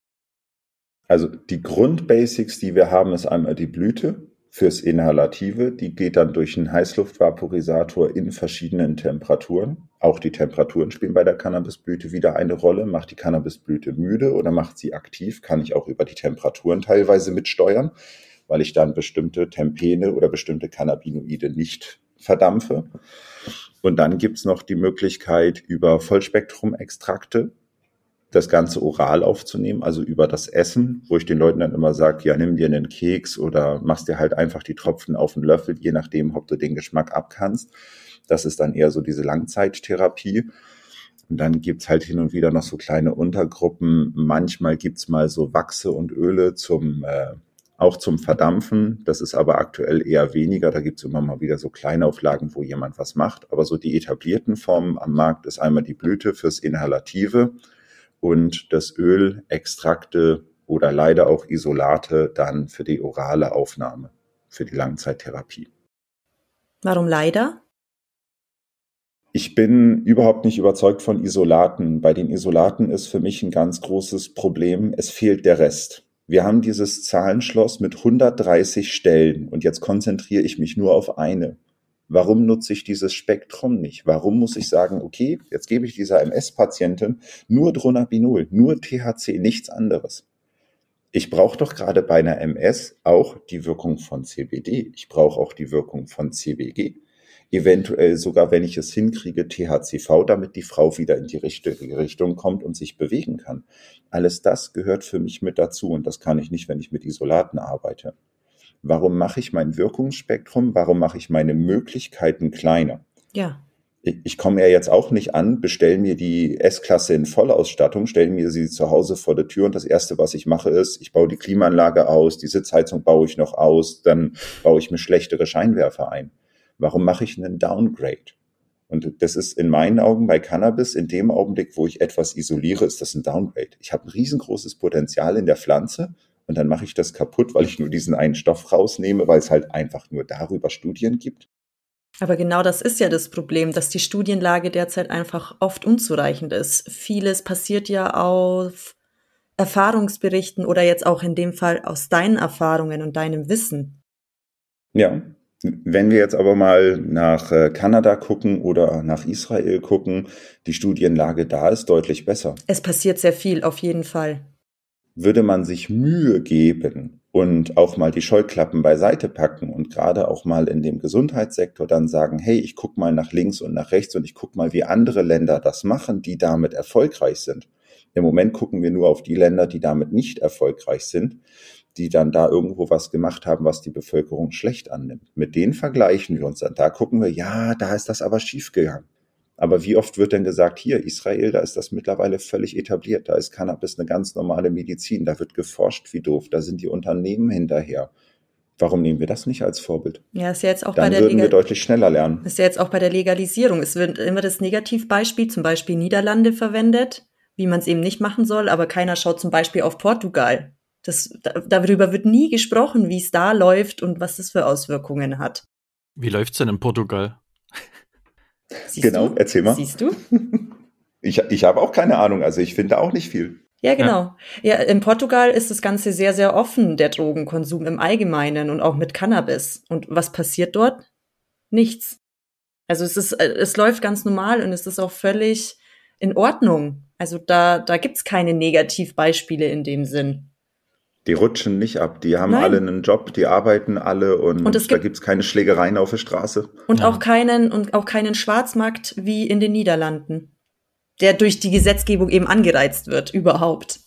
Also die Grundbasics, die wir haben, ist einmal die Blüte fürs Inhalative. Die geht dann durch einen Heißluftvaporisator in verschiedenen Temperaturen. Auch die Temperaturen spielen bei der Cannabisblüte wieder eine Rolle. Macht die Cannabisblüte müde oder macht sie aktiv? Kann ich auch über die Temperaturen teilweise mitsteuern, weil ich dann bestimmte Terpene oder bestimmte Cannabinoide nicht verdampfe. Und dann gibt's noch die Möglichkeit, über Vollspektrum-Extrakte das Ganze oral aufzunehmen, also über das Essen, wo ich den Leuten dann immer sage, ja, nimm dir einen Keks oder machst dir halt einfach die Tropfen auf den Löffel, je nachdem, ob du den Geschmack abkannst. Das ist dann eher so diese Langzeittherapie. Und dann gibt's halt hin und wieder noch so kleine Untergruppen. Manchmal gibt's mal so Wachse und Öle zum äh, auch zum Verdampfen. Das ist aber aktuell eher weniger. Da gibt's immer mal wieder so Kleinauflagen, wo jemand was macht. Aber so die etablierten Formen am Markt ist einmal die Blüte fürs Inhalative und das Öl, Extrakte oder leider auch Isolate dann für die orale Aufnahme, für die Langzeittherapie. Warum leider? Ich bin überhaupt nicht überzeugt von Isolaten. Bei den Isolaten ist für mich ein ganz großes Problem, es fehlt der Rest. Wir haben dieses Zahlenschloss mit hundertdreißig Stellen und jetzt konzentriere ich mich nur auf eine. Warum nutze ich dieses Spektrum nicht? Warum muss ich sagen, okay, jetzt gebe ich dieser M S-Patientin nur Dronabinol, nur T H C, nichts anderes. Ich brauche doch gerade bei einer M S auch die Wirkung von C B D. Ich brauche auch die Wirkung von C B G. Eventuell sogar, wenn ich es hinkriege, T H C V, damit die Frau wieder in die richtige Richtung kommt und sich bewegen kann. Alles das gehört für mich mit dazu und das kann ich nicht, wenn ich mit Isolaten arbeite. Warum mache ich mein Wirkungsspektrum? Warum mache ich meine Möglichkeiten kleiner? Ja. Ich, ich komme ja jetzt auch nicht an, bestelle mir die S-Klasse in Vollausstattung, stelle mir sie zu Hause vor der Tür und das Erste, was ich mache, ist, ich baue die Klimaanlage aus, die Sitzheizung baue ich noch aus, dann baue ich mir schlechtere Scheinwerfer ein. Warum mache ich einen Downgrade? Und das ist in meinen Augen bei Cannabis, in dem Augenblick, wo ich etwas isoliere, ist das ein Downgrade. Ich habe ein riesengroßes Potenzial in der Pflanze und dann mache ich das kaputt, weil ich nur diesen einen Stoff rausnehme, weil es halt einfach nur darüber Studien gibt. Aber genau das ist ja das Problem, dass die Studienlage derzeit einfach oft unzureichend ist. Vieles passiert ja auf Erfahrungsberichten oder jetzt auch in dem Fall aus deinen Erfahrungen und deinem Wissen. Ja. Wenn wir jetzt aber mal nach Kanada gucken oder nach Israel gucken, die Studienlage da ist deutlich besser. Es passiert sehr viel, auf jeden Fall. Würde man sich Mühe geben und auch mal die Scheuklappen beiseite packen und gerade auch mal in dem Gesundheitssektor dann sagen, hey, ich gucke mal nach links und nach rechts und ich gucke mal, wie andere Länder das machen, die damit erfolgreich sind. Im Moment gucken wir nur auf die Länder, die damit nicht erfolgreich sind, die dann da irgendwo was gemacht haben, was die Bevölkerung schlecht annimmt. Mit denen vergleichen wir uns dann. Da gucken wir, ja, da ist das aber schiefgegangen. Aber wie oft wird denn gesagt, hier, Israel, da ist das mittlerweile völlig etabliert. Da ist Cannabis eine ganz normale Medizin. Da wird geforscht wie doof. Da sind die Unternehmen hinterher. Warum nehmen wir das nicht als Vorbild? Ja, ist ja jetzt auch dann bei der würden Legal- wir deutlich schneller lernen. Ist ja jetzt auch bei der Legalisierung. Es wird immer das Negativbeispiel, zum Beispiel Niederlande verwendet, wie man es eben nicht machen soll. Aber keiner schaut zum Beispiel auf Portugal. Das, darüber wird nie gesprochen, wie es da läuft und was das für Auswirkungen hat. Wie läuft's denn in Portugal? Siehst genau, du? erzähl mal. Siehst du? Ich, ich habe auch keine Ahnung, also ich finde auch nicht viel. Ja, genau. Ja. ja, in Portugal ist das Ganze sehr, sehr offen, der Drogenkonsum im Allgemeinen und auch mit Cannabis. Und was passiert dort? Nichts. Also es ist, es läuft ganz normal und es ist auch völlig in Ordnung. Also da, da gibt's keine Negativbeispiele in dem Sinn. Die rutschen nicht ab, die haben Nein. alle einen Job, die arbeiten alle und, und es da gibt, gibt's keine Schlägereien auf der Straße. Und ja. auch keinen, und auch keinen Schwarzmarkt wie in den Niederlanden, der durch die Gesetzgebung eben angereizt wird, überhaupt.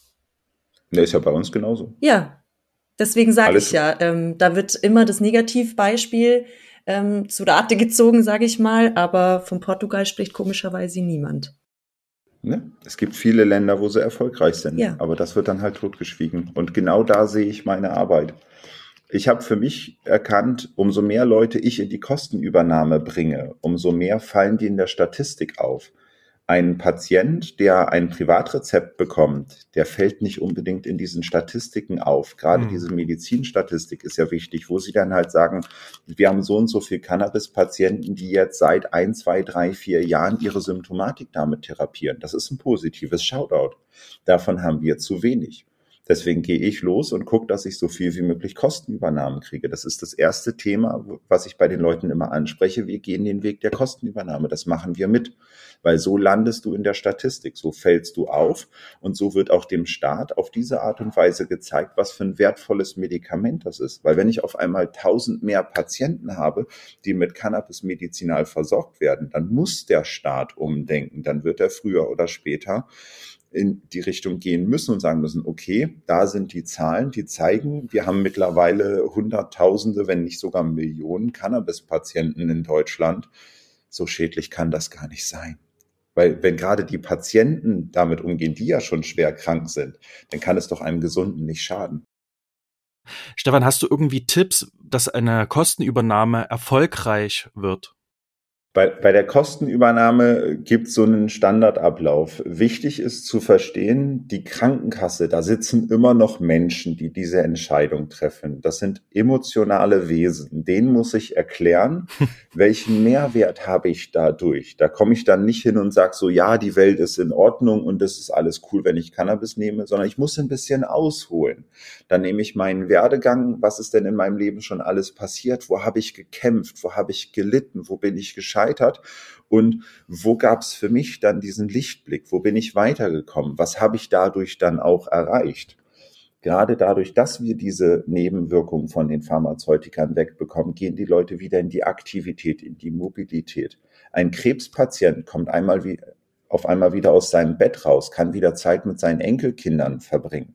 Der ist ja bei uns genauso. Ja, deswegen sage Alles- ich ja, ähm, da wird immer das Negativbeispiel ähm, zu Rate gezogen, sage ich mal, aber von Portugal spricht komischerweise niemand. Ne? Es gibt viele Länder, wo sie erfolgreich sind, Ja. aber das wird dann halt totgeschwiegen. Und genau da sehe ich meine Arbeit. Ich habe für mich erkannt, umso mehr Leute ich in die Kostenübernahme bringe, umso mehr fallen die in der Statistik auf. Ein Patient, der ein Privatrezept bekommt, der fällt nicht unbedingt in diesen Statistiken auf. Gerade Mhm. diese Medizinstatistik ist ja wichtig, wo sie dann halt sagen, wir haben so und so viel Cannabis-Patienten, die jetzt seit ein, zwei, drei, vier Jahren ihre Symptomatik damit therapieren. Das ist ein positives Shoutout. Davon haben wir zu wenig. Deswegen gehe ich los und gucke, dass ich so viel wie möglich Kostenübernahmen kriege. Das ist das erste Thema, was ich bei den Leuten immer anspreche. Wir gehen den Weg der Kostenübernahme. Das machen wir mit, weil so landest du in der Statistik, so fällst du auf und so wird auch dem Staat auf diese Art und Weise gezeigt, was für ein wertvolles Medikament das ist. Weil wenn ich auf einmal tausend mehr Patienten habe, die mit Cannabis medizinal versorgt werden, dann muss der Staat umdenken. Dann wird er früher oder später in die Richtung gehen müssen und sagen müssen, okay, da sind die Zahlen, die zeigen, wir haben mittlerweile Hunderttausende, wenn nicht sogar Millionen Cannabis-Patienten in Deutschland. So schädlich kann das gar nicht sein. Weil wenn gerade die Patienten damit umgehen, die ja schon schwer krank sind, dann kann es doch einem Gesunden nicht schaden. Stefan, hast du irgendwie Tipps, dass eine Kostenübernahme erfolgreich wird? Bei, bei der Kostenübernahme gibt es so einen Standardablauf. Wichtig ist zu verstehen, die Krankenkasse, da sitzen immer noch Menschen, die diese Entscheidung treffen. Das sind emotionale Wesen. Denen muss ich erklären, welchen Mehrwert habe ich dadurch. Da komme ich dann nicht hin und sage so, ja, die Welt ist in Ordnung und es ist alles cool, wenn ich Cannabis nehme, sondern ich muss ein bisschen ausholen. Dann nehme ich meinen Werdegang, was ist denn in meinem Leben schon alles passiert, wo habe ich gekämpft, wo habe ich gelitten, wo bin ich gescheitert und wo gab es für mich dann diesen Lichtblick, wo bin ich weitergekommen, was habe ich dadurch dann auch erreicht. Gerade dadurch, dass wir diese Nebenwirkungen von den Pharmazeutikern wegbekommen, gehen die Leute wieder in die Aktivität, in die Mobilität. Ein Krebspatient kommt einmal wie, auf einmal wieder aus seinem Bett raus, kann wieder Zeit mit seinen Enkelkindern verbringen.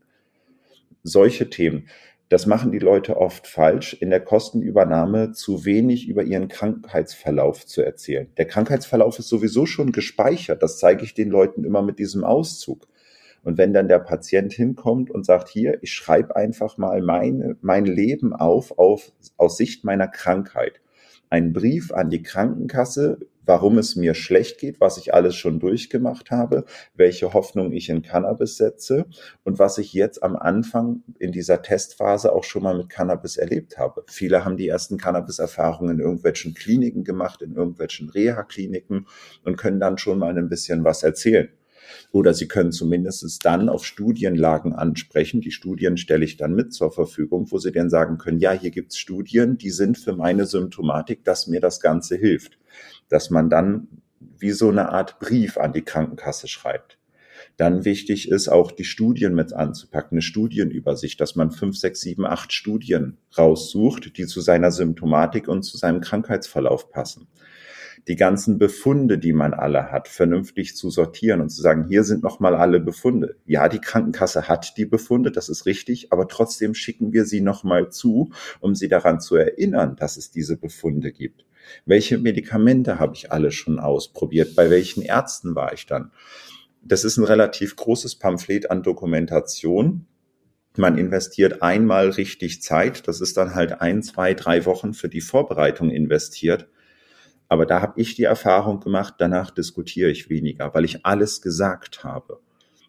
Solche Themen. Das machen die Leute oft falsch, in der Kostenübernahme zu wenig über ihren Krankheitsverlauf zu erzählen. Der Krankheitsverlauf ist sowieso schon gespeichert, das zeige ich den Leuten immer mit diesem Auszug. Und wenn dann der Patient hinkommt und sagt, hier, ich schreibe einfach mal meine, mein Leben auf, auf aus Sicht meiner Krankheit. Ein Brief an die Krankenkasse, warum es mir schlecht geht, was ich alles schon durchgemacht habe, welche Hoffnung ich in Cannabis setze und was ich jetzt am Anfang in dieser Testphase auch schon mal mit Cannabis erlebt habe. Viele haben die ersten Cannabis-Erfahrungen in irgendwelchen Kliniken gemacht, in irgendwelchen Reha-Kliniken und können dann schon mal ein bisschen was erzählen. Oder sie können zumindest dann auf Studienlagen ansprechen. Die Studien stelle ich dann mit zur Verfügung, wo sie dann sagen können, ja, hier gibt's Studien, die sind für meine Symptomatik, dass mir das Ganze hilft. Dass man dann wie so eine Art Brief an die Krankenkasse schreibt. Dann wichtig ist auch, die Studien mit anzupacken, eine Studienübersicht, dass man fünf, sechs, sieben, acht Studien raussucht, die zu seiner Symptomatik und zu seinem Krankheitsverlauf passen. Die ganzen Befunde, die man alle hat, vernünftig zu sortieren und zu sagen, hier sind nochmal alle Befunde. Ja, die Krankenkasse hat die Befunde, das ist richtig, aber trotzdem schicken wir sie nochmal zu, um sie daran zu erinnern, dass es diese Befunde gibt. Welche Medikamente habe ich alle schon ausprobiert? Bei welchen Ärzten war ich dann? Das ist ein relativ großes Pamphlet an Dokumentation. Man investiert einmal richtig Zeit, das ist dann halt ein, zwei, drei Wochen für die Vorbereitung investiert. Aber da habe ich die Erfahrung gemacht, danach diskutiere ich weniger, weil ich alles gesagt habe.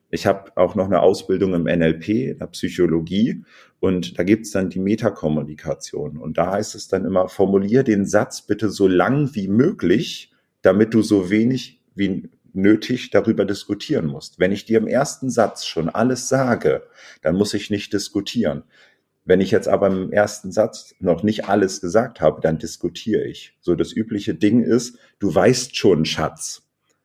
Ich habe auch noch eine Ausbildung im N L P, in der Psychologie, und da gibt's dann die Metakommunikation. Und da heißt es dann immer, formulier den Satz bitte so lang wie möglich, damit du so wenig wie nötig darüber diskutieren musst. Wenn ich dir im ersten Satz schon alles sage, dann muss ich nicht diskutieren. Wenn ich jetzt aber im ersten Satz noch nicht alles gesagt habe, dann diskutiere ich. So, das übliche Ding ist, du weißt schon, Schatz.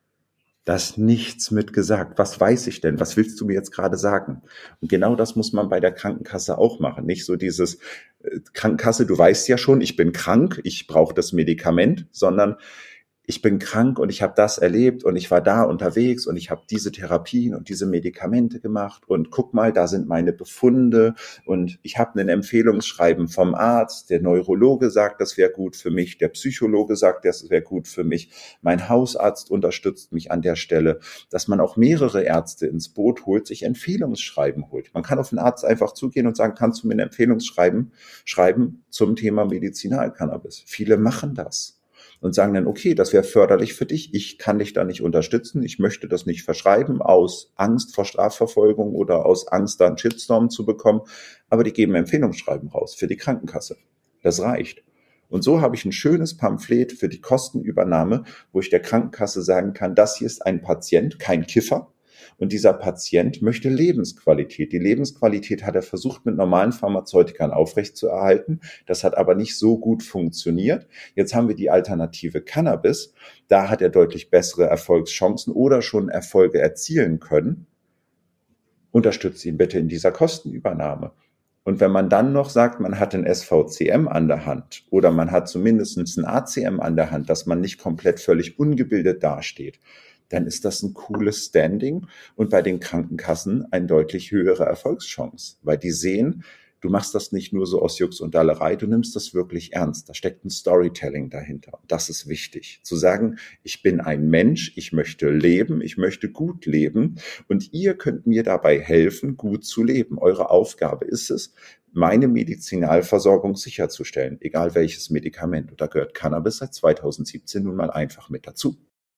Da ist nichts mit gesagt. Was weiß ich denn? Was willst du mir jetzt gerade sagen? Und genau das muss man bei der Krankenkasse auch machen. Nicht so dieses äh, Krankenkasse, du weißt ja schon, ich bin krank, ich brauche das Medikament, sondern ich bin krank und ich habe das erlebt und ich war da unterwegs und ich habe diese Therapien und diese Medikamente gemacht und guck mal, da sind meine Befunde und ich habe ein Empfehlungsschreiben vom Arzt, der Neurologe sagt, das wäre gut für mich, der Psychologe sagt, das wäre gut für mich, mein Hausarzt unterstützt mich an der Stelle, dass man auch mehrere Ärzte ins Boot holt, sich Empfehlungsschreiben holt. Man kann auf den Arzt einfach zugehen und sagen, kannst du mir ein Empfehlungsschreiben schreiben zum Thema Medizinalcannabis? Viele machen das. Und sagen dann, okay, das wäre förderlich für dich, ich kann dich da nicht unterstützen, ich möchte das nicht verschreiben, aus Angst vor Strafverfolgung oder aus Angst, da einen Shitstorm zu bekommen, aber die geben Empfehlungsschreiben raus für die Krankenkasse. Das reicht. Und so habe ich ein schönes Pamphlet für die Kostenübernahme, wo ich der Krankenkasse sagen kann, das hier ist ein Patient, kein Kiffer. Und dieser Patient möchte Lebensqualität. Die Lebensqualität hat er versucht, mit normalen Pharmazeutikern aufrechtzuerhalten. Das hat aber nicht so gut funktioniert. Jetzt haben wir die Alternative Cannabis. Da hat er deutlich bessere Erfolgschancen oder schon Erfolge erzielen können. Unterstützt ihn bitte in dieser Kostenübernahme. Und wenn man dann noch sagt, man hat ein S V C M an der Hand oder man hat zumindest ein A C M an der Hand, dass man nicht komplett völlig ungebildet dasteht, dann ist das ein cooles Standing und bei den Krankenkassen eine deutlich höhere Erfolgschance, weil die sehen, du machst das nicht nur so aus Jux und Dallerei, du nimmst das wirklich ernst. Da steckt ein Storytelling dahinter. Das ist wichtig. Zu sagen, ich bin ein Mensch, ich möchte leben, ich möchte gut leben und ihr könnt mir dabei helfen, gut zu leben. Eure Aufgabe ist es, meine Medizinalversorgung sicherzustellen, egal welches Medikament. Und da gehört Cannabis seit zweitausendsiebzehn nun mal einfach mit dazu.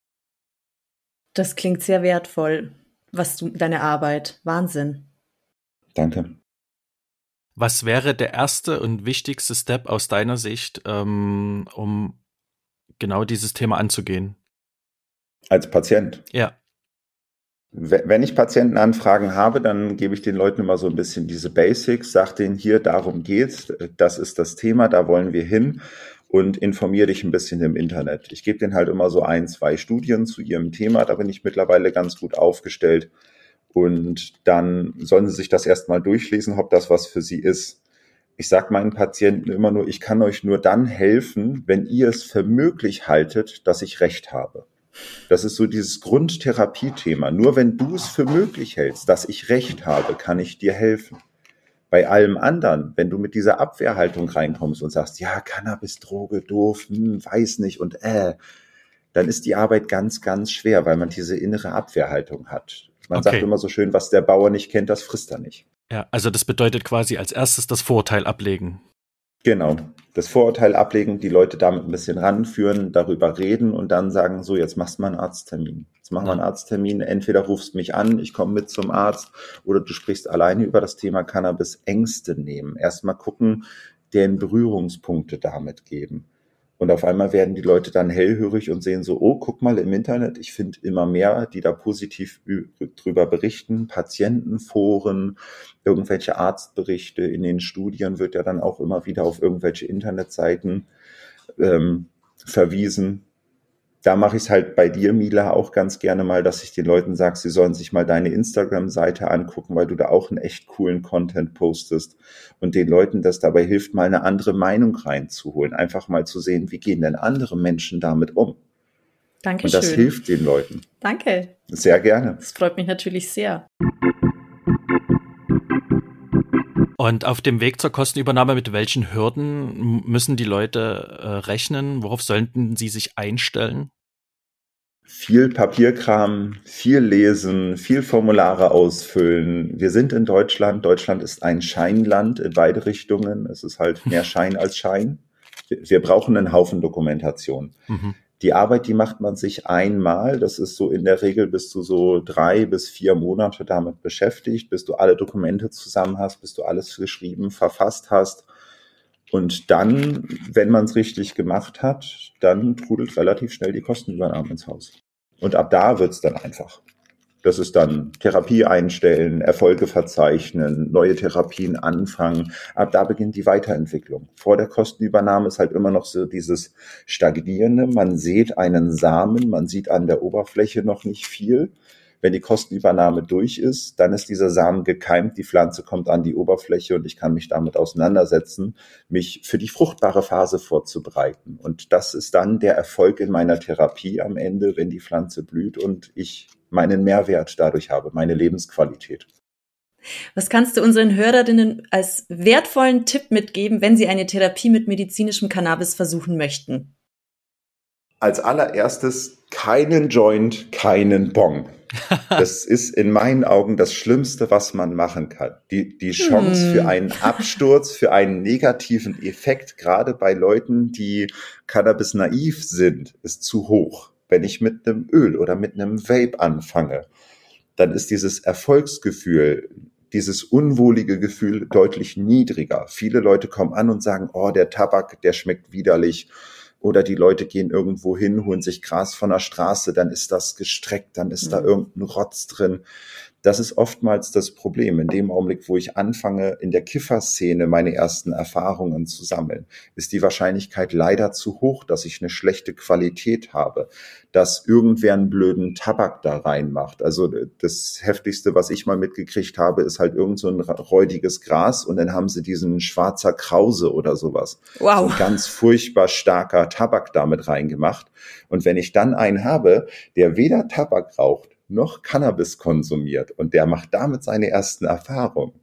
Das klingt sehr wertvoll, was du, deine Arbeit. Wahnsinn. Danke. Was wäre der erste und wichtigste Step aus deiner Sicht, ähm, um genau dieses Thema anzugehen? Als Patient? Ja. Wenn ich Patientenanfragen habe, dann gebe ich den Leuten immer so ein bisschen diese Basics, sage denen hier, darum geht's, das ist das Thema, da wollen wir hin. Und informiere dich ein bisschen im Internet. Ich gebe denen halt immer so ein, zwei Studien zu ihrem Thema, da bin ich mittlerweile ganz gut aufgestellt. Und dann sollen sie sich das erstmal durchlesen, ob das was für sie ist. Ich sage meinen Patienten immer nur, ich kann euch nur dann helfen, wenn ihr es für möglich haltet, dass ich Recht habe. Das ist so dieses Grundtherapiethema. Nur wenn du es für möglich hältst, dass ich Recht habe, kann ich dir helfen. Bei allem anderen, wenn du mit dieser Abwehrhaltung reinkommst und sagst, ja, Cannabis, Droge, doof, hm, weiß nicht und äh, dann ist die Arbeit ganz, ganz schwer, weil man diese innere Abwehrhaltung hat. Man Okay. sagt immer so schön, was der Bauer nicht kennt, das frisst er nicht. Ja, also das bedeutet quasi als erstes das Vorurteil ablegen. Genau, das Vorurteil ablegen, die Leute damit ein bisschen ranführen, darüber reden und dann sagen, so, jetzt machst du mal einen Arzttermin. Jetzt machen wir einen Arzttermin, entweder rufst mich an, ich komme mit zum Arzt oder du sprichst alleine über das Thema Cannabis, Ängste nehmen. Erstmal gucken, deren Berührungspunkte damit geben. Und auf einmal werden die Leute dann hellhörig und sehen so, oh, guck mal im Internet, ich finde immer mehr, die da positiv drüber berichten, Patientenforen, irgendwelche Arztberichte, in den Studien wird ja dann auch immer wieder auf irgendwelche Internetseiten ähm, verwiesen. Da mache ich es halt bei dir, Mila, auch ganz gerne mal, dass ich den Leuten sage, sie sollen sich mal deine Instagram-Seite angucken, weil du da auch einen echt coolen Content postest und den Leuten das dabei hilft, mal eine andere Meinung reinzuholen, einfach mal zu sehen, wie gehen denn andere Menschen damit um. Dankeschön. Und das hilft den Leuten. Danke. Sehr gerne. Das freut mich natürlich sehr. Und auf dem Weg zur Kostenübernahme, mit welchen Hürden müssen die Leute äh, rechnen? Worauf sollten sie sich einstellen? Viel Papierkram, viel lesen, viel Formulare ausfüllen. Wir sind in Deutschland. Deutschland ist ein Scheinland in beide Richtungen. Es ist halt mehr Schein als Schein. Wir brauchen einen Haufen Dokumentation. Mhm. Die Arbeit, die macht man sich einmal. Das ist so in der Regel, bist du so drei bis vier Monate damit beschäftigt, bis du alle Dokumente zusammen hast, bis du alles geschrieben, verfasst hast. Und dann, wenn man es richtig gemacht hat, dann trudelt relativ schnell die Kostenübernahme ins Haus. Und ab da wird's dann einfach. Das ist dann Therapie einstellen, Erfolge verzeichnen, neue Therapien anfangen. Ab da beginnt die Weiterentwicklung. Vor der Kostenübernahme ist halt immer noch so dieses Stagnierende. Man sieht einen Samen, man sieht an der Oberfläche noch nicht viel. Wenn die Kostenübernahme durch ist, dann ist dieser Samen gekeimt, die Pflanze kommt an die Oberfläche und ich kann mich damit auseinandersetzen, mich für die fruchtbare Phase vorzubereiten. Und das ist dann der Erfolg in meiner Therapie am Ende, wenn die Pflanze blüht und ich meinen Mehrwert dadurch habe, meine Lebensqualität. Was kannst du unseren Hörerinnen als wertvollen Tipp mitgeben, wenn sie eine Therapie mit medizinischem Cannabis versuchen möchten? Als allererstes keinen Joint, keinen Bong. Das ist in meinen Augen das Schlimmste, was man machen kann. Die, die Chance hm. für einen Absturz, für einen negativen Effekt, gerade bei Leuten, die Cannabis naiv sind, ist zu hoch. Wenn ich mit einem Öl oder mit einem Vape anfange, dann ist dieses Erfolgsgefühl, dieses unwohlige Gefühl deutlich niedriger. Viele Leute kommen an und sagen, oh, der Tabak, der schmeckt widerlich. Oder die Leute gehen irgendwo hin, holen sich Gras von der Straße, dann ist das gestreckt, dann ist mhm. da irgendein Rotz drin. Das ist oftmals das Problem. In dem Augenblick, wo ich anfange, in der Kifferszene meine ersten Erfahrungen zu sammeln, ist die Wahrscheinlichkeit leider zu hoch, dass ich eine schlechte Qualität habe, dass irgendwer einen blöden Tabak da reinmacht. Also das Heftigste, was ich mal mitgekriegt habe, ist halt irgend so ein räudiges Gras und dann haben sie diesen Schwarzer Krause oder sowas. Wow. So ein ganz furchtbar starker Tabak damit reingemacht. Und wenn ich dann einen habe, der weder Tabak raucht, noch Cannabis konsumiert und der macht damit seine ersten Erfahrungen.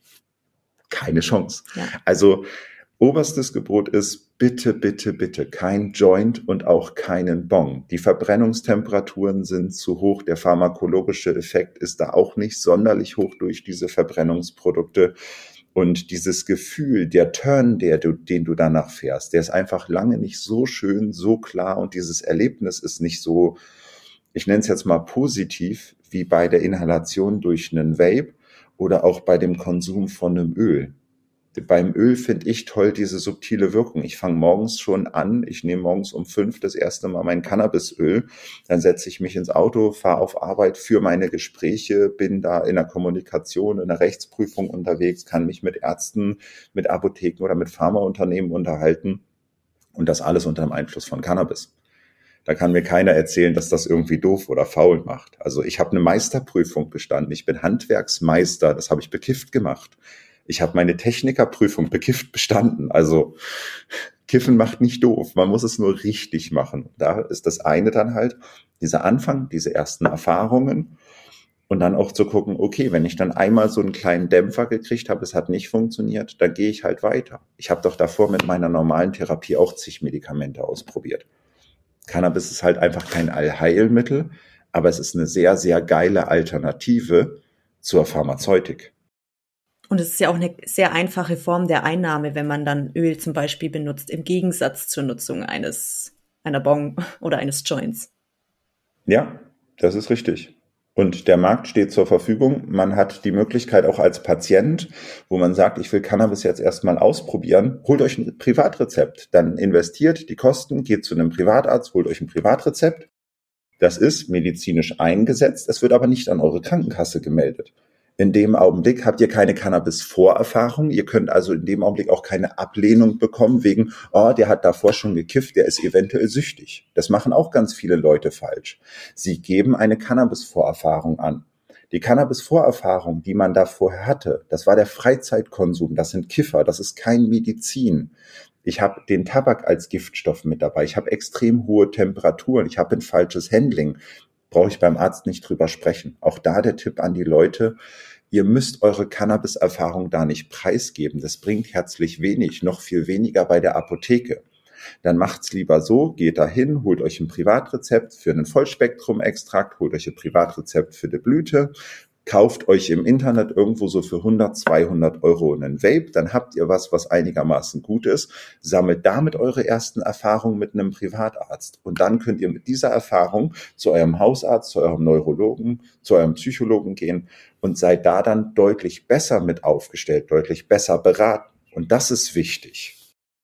Keine Chance. Ja. Also oberstes Gebot ist bitte, bitte, bitte kein Joint und auch keinen Bong. Die Verbrennungstemperaturen sind zu hoch. Der pharmakologische Effekt ist da auch nicht sonderlich hoch durch diese Verbrennungsprodukte. Und dieses Gefühl, der Turn, der du, den du danach fährst, der ist einfach lange nicht so schön, so klar und dieses Erlebnis ist nicht so, ich nenne es jetzt mal positiv, wie bei der Inhalation durch einen Vape oder auch bei dem Konsum von einem Öl. Beim Öl finde ich toll diese subtile Wirkung. Ich fange morgens schon an, ich nehme morgens um fünf das erste Mal mein Cannabisöl, dann setze ich mich ins Auto, fahre auf Arbeit, führe meine Gespräche, bin da in der Kommunikation, in der Rechtsprüfung unterwegs, kann mich mit Ärzten, mit Apotheken oder mit Pharmaunternehmen unterhalten und das alles unter dem Einfluss von Cannabis. Da kann mir keiner erzählen, dass das irgendwie doof oder faul macht. Also ich habe eine Meisterprüfung bestanden. Ich bin Handwerksmeister. Das habe ich bekifft gemacht. Ich habe meine Technikerprüfung bekifft bestanden. Also Kiffen macht nicht doof. Man muss es nur richtig machen. Da ist das eine dann halt, dieser Anfang, diese ersten Erfahrungen. Und dann auch zu gucken, okay, wenn ich dann einmal so einen kleinen Dämpfer gekriegt habe, es hat nicht funktioniert, dann gehe ich halt weiter. Ich habe doch davor mit meiner normalen Therapie auch zig Medikamente ausprobiert. Cannabis ist halt einfach kein Allheilmittel, aber es ist eine sehr, sehr geile Alternative zur Pharmazeutik. Und es ist ja auch eine sehr einfache Form der Einnahme, wenn man dann Öl zum Beispiel benutzt, im Gegensatz zur Nutzung eines einer Bong oder eines Joints. Ja, das ist richtig. Und der Markt steht zur Verfügung. Man hat die Möglichkeit auch als Patient, wo man sagt, ich will Cannabis jetzt erstmal ausprobieren, holt euch ein Privatrezept. Dann investiert die Kosten, geht zu einem Privatarzt, holt euch ein Privatrezept. Das ist medizinisch eingesetzt, es wird aber nicht an eure Krankenkasse gemeldet. In dem Augenblick habt ihr keine Cannabis-Vorerfahrung. Ihr könnt also in dem Augenblick auch keine Ablehnung bekommen wegen, oh, der hat davor schon gekifft, der ist eventuell süchtig. Das machen auch ganz viele Leute falsch. Sie geben eine Cannabis-Vorerfahrung an. Die Cannabis-Vorerfahrung, die man da vorher hatte, das war der Freizeitkonsum, das sind Kiffer, das ist kein Medizin. Ich habe den Tabak als Giftstoff mit dabei. Ich habe extrem hohe Temperaturen. Ich habe ein falsches Handling. Brauche ich beim Arzt nicht drüber sprechen. Auch da der Tipp an die Leute, ihr müsst eure Cannabis-Erfahrung da nicht preisgeben. Das bringt herzlich wenig, noch viel weniger bei der Apotheke. Dann macht's lieber so, geht dahin, holt euch ein Privatrezept für einen Vollspektrum-Extrakt, holt euch ein Privatrezept für die Blüte, Kauft euch im Internet irgendwo so für hundert, zweihundert Euro einen Vape, dann habt ihr was, was einigermaßen gut ist, sammelt damit eure ersten Erfahrungen mit einem Privatarzt und dann könnt ihr mit dieser Erfahrung zu eurem Hausarzt, zu eurem Neurologen, zu eurem Psychologen gehen und seid da dann deutlich besser mit aufgestellt, deutlich besser beraten und das ist wichtig.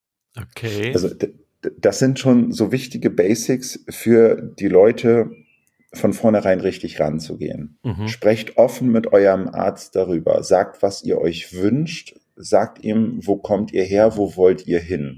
Okay. Also d- d- das sind schon so wichtige Basics für die Leute, von vornherein richtig ranzugehen. Mhm. Sprecht offen mit eurem Arzt darüber. Sagt, was ihr euch wünscht. Sagt ihm, wo kommt ihr her, wo wollt ihr hin.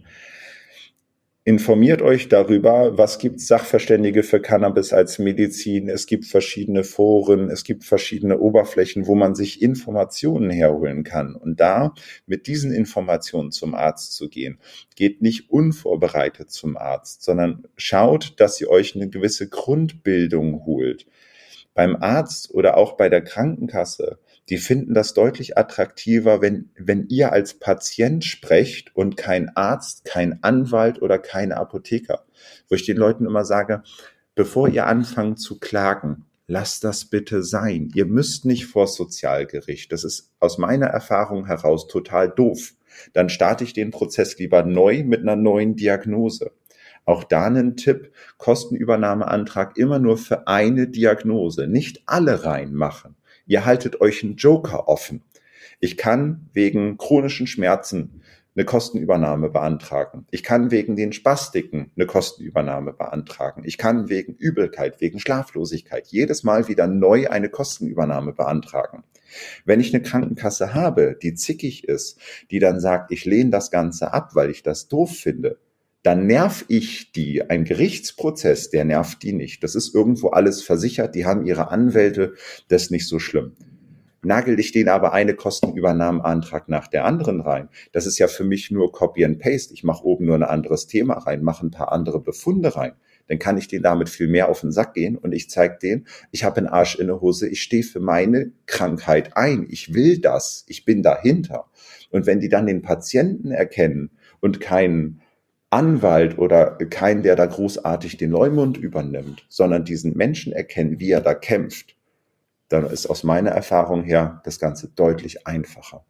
Informiert euch darüber, was gibt Sachverständige für Cannabis als Medizin. Es gibt verschiedene Foren, es gibt verschiedene Oberflächen, wo man sich Informationen herholen kann. Und da mit diesen Informationen zum Arzt zu gehen, geht nicht unvorbereitet zum Arzt, sondern schaut, dass ihr euch eine gewisse Grundbildung holt. Beim Arzt oder auch bei der Krankenkasse, die finden das deutlich attraktiver, wenn, wenn ihr als Patient sprecht und kein Arzt, kein Anwalt oder keine Apotheker. Wo ich den Leuten immer sage, bevor ihr anfangt zu klagen, lasst das bitte sein. Ihr müsst nicht vors Sozialgericht. Das ist aus meiner Erfahrung heraus total doof. Dann starte ich den Prozess lieber neu mit einer neuen Diagnose. Auch da ein Tipp, Kostenübernahmeantrag immer nur für eine Diagnose, nicht alle reinmachen. Ihr haltet euch einen Joker offen. Ich kann wegen chronischen Schmerzen eine Kostenübernahme beantragen. Ich kann wegen den Spastiken eine Kostenübernahme beantragen. Ich kann wegen Übelkeit, wegen Schlaflosigkeit jedes Mal wieder neu eine Kostenübernahme beantragen. Wenn ich eine Krankenkasse habe, die zickig ist, die dann sagt, ich lehne das Ganze ab, weil ich das doof finde, dann nerv ich die. Ein Gerichtsprozess, der nervt die nicht. Das ist irgendwo alles versichert, die haben ihre Anwälte, das ist nicht so schlimm. Nagel ich denen aber eine Kostenübernahmeantrag nach der anderen rein. Das ist ja für mich nur Copy and Paste. Ich mache oben nur ein anderes Thema rein, mache ein paar andere Befunde rein. Dann kann ich denen damit viel mehr auf den Sack gehen und ich zeige denen, ich habe einen Arsch in der Hose, ich stehe für meine Krankheit ein. Ich will das, ich bin dahinter. Und wenn die dann den Patienten erkennen und keinen Anwalt oder keinen, der da großartig den Leumund übernimmt, sondern diesen Menschen erkennen, wie er da kämpft, dann ist aus meiner Erfahrung her das Ganze deutlich einfacher.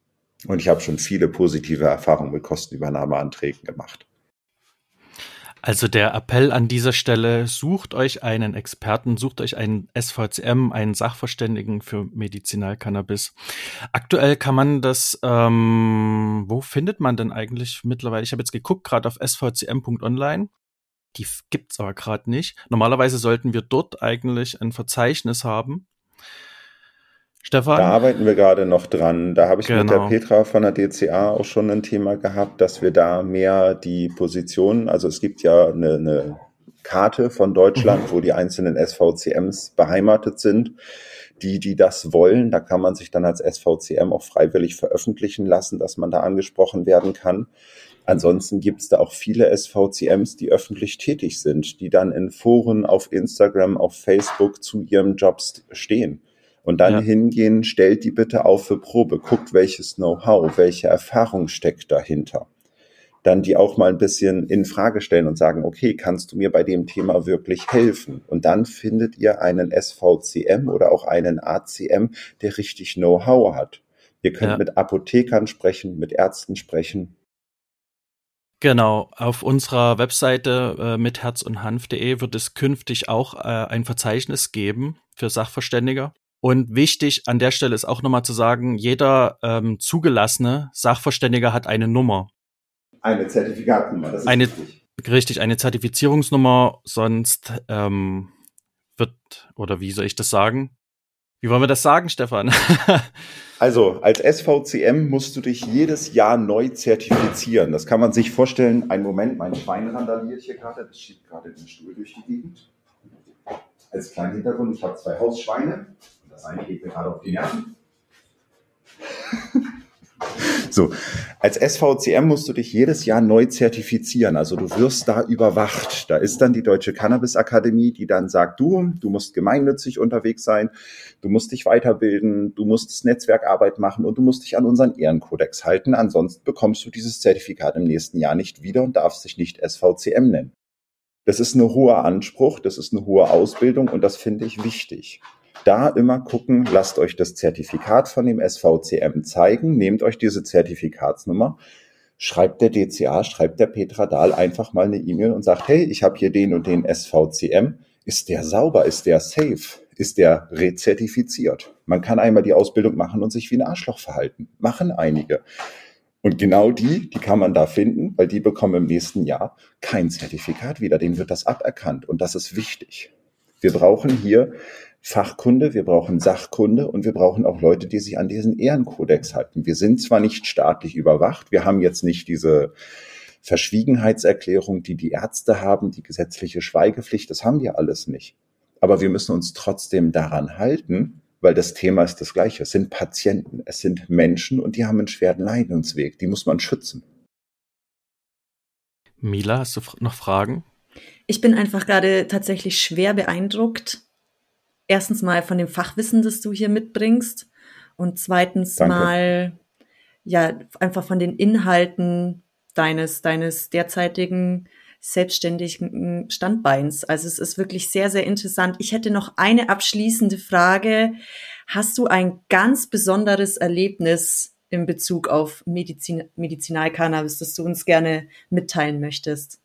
Und ich habe schon viele positive Erfahrungen mit Kostenübernahmeanträgen gemacht. Also der Appell an dieser Stelle, sucht euch einen Experten, sucht euch einen S V C M, einen Sachverständigen für Medizinalcannabis. Aktuell kann man das, ähm, wo findet man denn eigentlich mittlerweile? Ich habe jetzt geguckt, gerade auf s v c m punkt online. Die gibt's aber gerade nicht. Normalerweise sollten wir dort eigentlich ein Verzeichnis haben. Stefan? Da arbeiten wir gerade noch dran. Da habe ich genau. mit der Petra von der D C A auch schon ein Thema gehabt, dass wir da mehr die Positionen, also es gibt ja eine, eine Karte von Deutschland, mhm. wo die einzelnen S V C Ms beheimatet sind. Die, die das wollen, da kann man sich dann als S V C M auch freiwillig veröffentlichen lassen, dass man da angesprochen werden kann. Ansonsten gibt es da auch viele S V C Ms, die öffentlich tätig sind, die dann in Foren, auf Instagram, auf Facebook zu ihrem Job stehen. Und dann ja. hingehen, stellt die bitte auf für Probe, guckt, welches Know-how, welche Erfahrung steckt dahinter. Dann die auch mal ein bisschen in Frage stellen und sagen, okay, kannst du mir bei dem Thema wirklich helfen? Und dann findet ihr einen S V C M oder auch einen A C M, der richtig Know-how hat. Ihr könnt ja. mit Apothekern sprechen, mit Ärzten sprechen. Genau, auf unserer Webseite äh, mit herz und hanf punkt de wird es künftig auch äh, ein Verzeichnis geben für Sachverständige. Und wichtig an der Stelle ist auch nochmal zu sagen, jeder ähm, zugelassene Sachverständiger hat eine Nummer. Eine Zertifikatnummer, das ist eine, richtig. Richtig, eine Zertifizierungsnummer, sonst ähm, wird, oder wie soll ich das sagen? Wie wollen wir das sagen, Stefan? Also, als S V C M musst du dich jedes Jahr neu zertifizieren. Das kann man sich vorstellen. Einen Moment, mein Schwein randaliert hier gerade, das schiebt gerade den Stuhl durch die Gegend. Als kleinen Hintergrund, ich habe zwei Hausschweine. Das eine geht mir gerade auf die Nerven. So, als S V C M musst du dich jedes Jahr neu zertifizieren, also du wirst da überwacht. Da ist dann die Deutsche Cannabis Akademie, die dann sagt, du, du musst gemeinnützig unterwegs sein, du musst dich weiterbilden, du musst Netzwerkarbeit machen und du musst dich an unseren Ehrenkodex halten, ansonsten bekommst du dieses Zertifikat im nächsten Jahr nicht wieder und darfst dich nicht S V C M nennen. Das ist ein hoher Anspruch, das ist eine hohe Ausbildung und das finde ich wichtig. Da immer gucken, lasst euch das Zertifikat von dem S V C M zeigen, nehmt euch diese Zertifikatsnummer, schreibt der D C A, schreibt der Petra Dahl einfach mal eine E-Mail und sagt, hey, ich habe hier den und den S V C M. Ist der sauber? Ist der safe? Ist der rezertifiziert? Man kann einmal die Ausbildung machen und sich wie ein Arschloch verhalten. Machen einige. Und genau die, die kann man da finden, weil die bekommen im nächsten Jahr kein Zertifikat wieder. Denen wird das aberkannt und das ist wichtig. Wir brauchen hier Fachkunde, wir brauchen Sachkunde und wir brauchen auch Leute, die sich an diesen Ehrenkodex halten. Wir sind zwar nicht staatlich überwacht, wir haben jetzt nicht diese Verschwiegenheitserklärung, die die Ärzte haben, die gesetzliche Schweigepflicht, das haben wir alles nicht. Aber wir müssen uns trotzdem daran halten, weil das Thema ist das Gleiche. Es sind Patienten, es sind Menschen und die haben einen schweren Leidensweg, die muss man schützen. Mila, hast du noch Fragen? Ich bin einfach gerade tatsächlich schwer beeindruckt. Erstens mal von dem Fachwissen, das du hier mitbringst und zweitens Danke. mal ja einfach von den Inhalten deines deines derzeitigen selbstständigen Standbeins. Also es ist wirklich sehr, sehr interessant. Ich hätte noch eine abschließende Frage. Hast du ein ganz besonderes Erlebnis in Bezug auf Medizin, Medizinalcannabis, das du uns gerne mitteilen möchtest?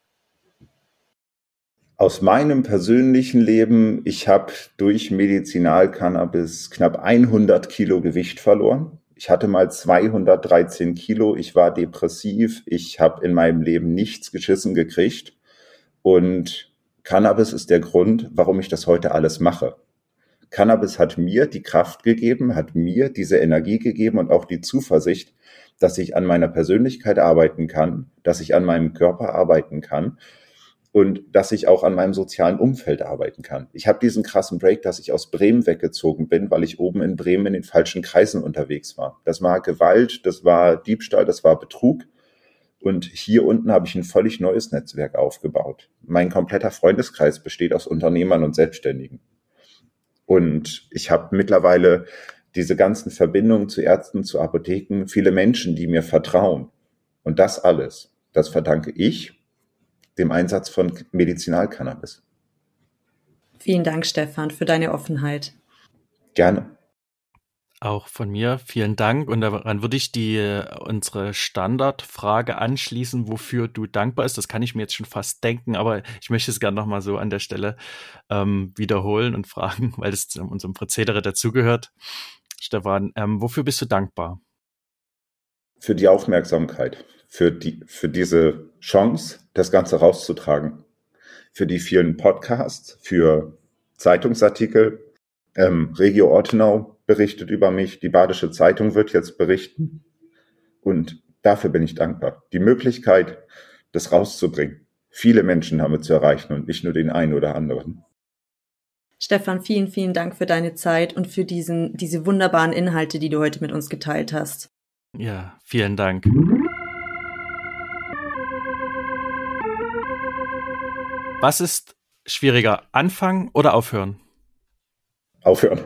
Aus meinem persönlichen Leben, ich habe durch Medizinalcannabis knapp hundert Kilo Gewicht verloren. Ich hatte mal zweihundertdreizehn Kilo, ich war depressiv, ich habe in meinem Leben nichts geschissen gekriegt. Und Cannabis ist der Grund, warum ich das heute alles mache. Cannabis hat mir die Kraft gegeben, hat mir diese Energie gegeben und auch die Zuversicht, dass ich an meiner Persönlichkeit arbeiten kann, dass ich an meinem Körper arbeiten kann. Und dass ich auch an meinem sozialen Umfeld arbeiten kann. Ich habe diesen krassen Break, dass ich aus Bremen weggezogen bin, weil ich oben in Bremen in den falschen Kreisen unterwegs war. Das war Gewalt, das war Diebstahl, das war Betrug. Und hier unten habe ich ein völlig neues Netzwerk aufgebaut. Mein kompletter Freundeskreis besteht aus Unternehmern und Selbstständigen. Und ich habe mittlerweile diese ganzen Verbindungen zu Ärzten, zu Apotheken, viele Menschen, die mir vertrauen. Und das alles, das verdanke ich dem Einsatz von Medizinalcannabis. Vielen Dank, Stefan, für deine Offenheit. Gerne. Auch von mir vielen Dank. Und daran würde ich die unsere Standardfrage anschließen, wofür du dankbar bist. Das kann ich mir jetzt schon fast denken, aber ich möchte es gerne nochmal so an der Stelle ähm, wiederholen und fragen, weil das zu unserem Prozedere dazugehört. Stefan, ähm, wofür bist du dankbar? Für die Aufmerksamkeit, für die, für diese Chance, das Ganze rauszutragen, für die vielen Podcasts, für Zeitungsartikel. Ähm, Regio Ortenau berichtet über mich, die Badische Zeitung wird jetzt berichten und dafür bin ich dankbar. Die Möglichkeit, das rauszubringen. Viele Menschen damit zu erreichen und nicht nur den einen oder anderen. Stefan, vielen, vielen Dank für deine Zeit und für diesen, diese wunderbaren Inhalte, die du heute mit uns geteilt hast. Ja, vielen Dank. Was ist schwieriger, anfangen oder aufhören? Aufhören.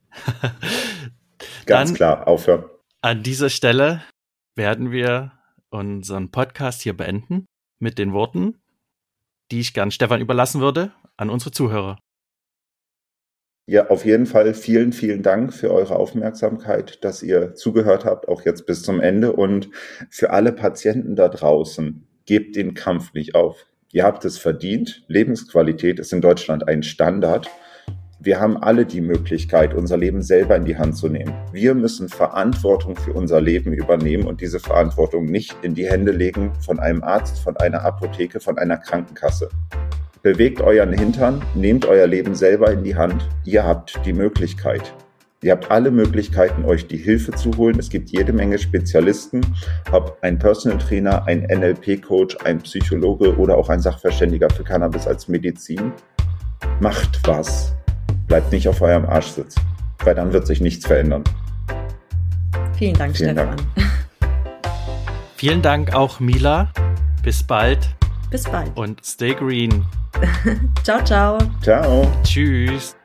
Ganz Dann klar, aufhören. An dieser Stelle werden wir unseren Podcast hier beenden mit den Worten, die ich gern Stefan überlassen würde, an unsere Zuhörer. Ja, auf jeden Fall vielen, vielen Dank für eure Aufmerksamkeit, dass ihr zugehört habt, auch jetzt bis zum Ende. Und für alle Patienten da draußen, gebt den Kampf nicht auf. Ihr habt es verdient. Lebensqualität ist in Deutschland ein Standard. Wir haben alle die Möglichkeit, unser Leben selber in die Hand zu nehmen. Wir müssen Verantwortung für unser Leben übernehmen und diese Verantwortung nicht in die Hände legen von einem Arzt, von einer Apotheke, von einer Krankenkasse. Bewegt euren Hintern, nehmt euer Leben selber in die Hand. Ihr habt die Möglichkeit. Ihr habt alle Möglichkeiten, euch die Hilfe zu holen. Es gibt jede Menge Spezialisten, ob ein Personal Trainer, ein N L P-Coach, ein Psychologe oder auch ein Sachverständiger für Cannabis als Medizin. Macht was. Bleibt nicht auf eurem Arsch sitzen, weil dann wird sich nichts verändern. Vielen Dank, Vielen Stefan. Dank. Vielen Dank auch, Mila. Bis bald. Bis bald. Und stay green. Ciao, ciao. Ciao. Tschüss.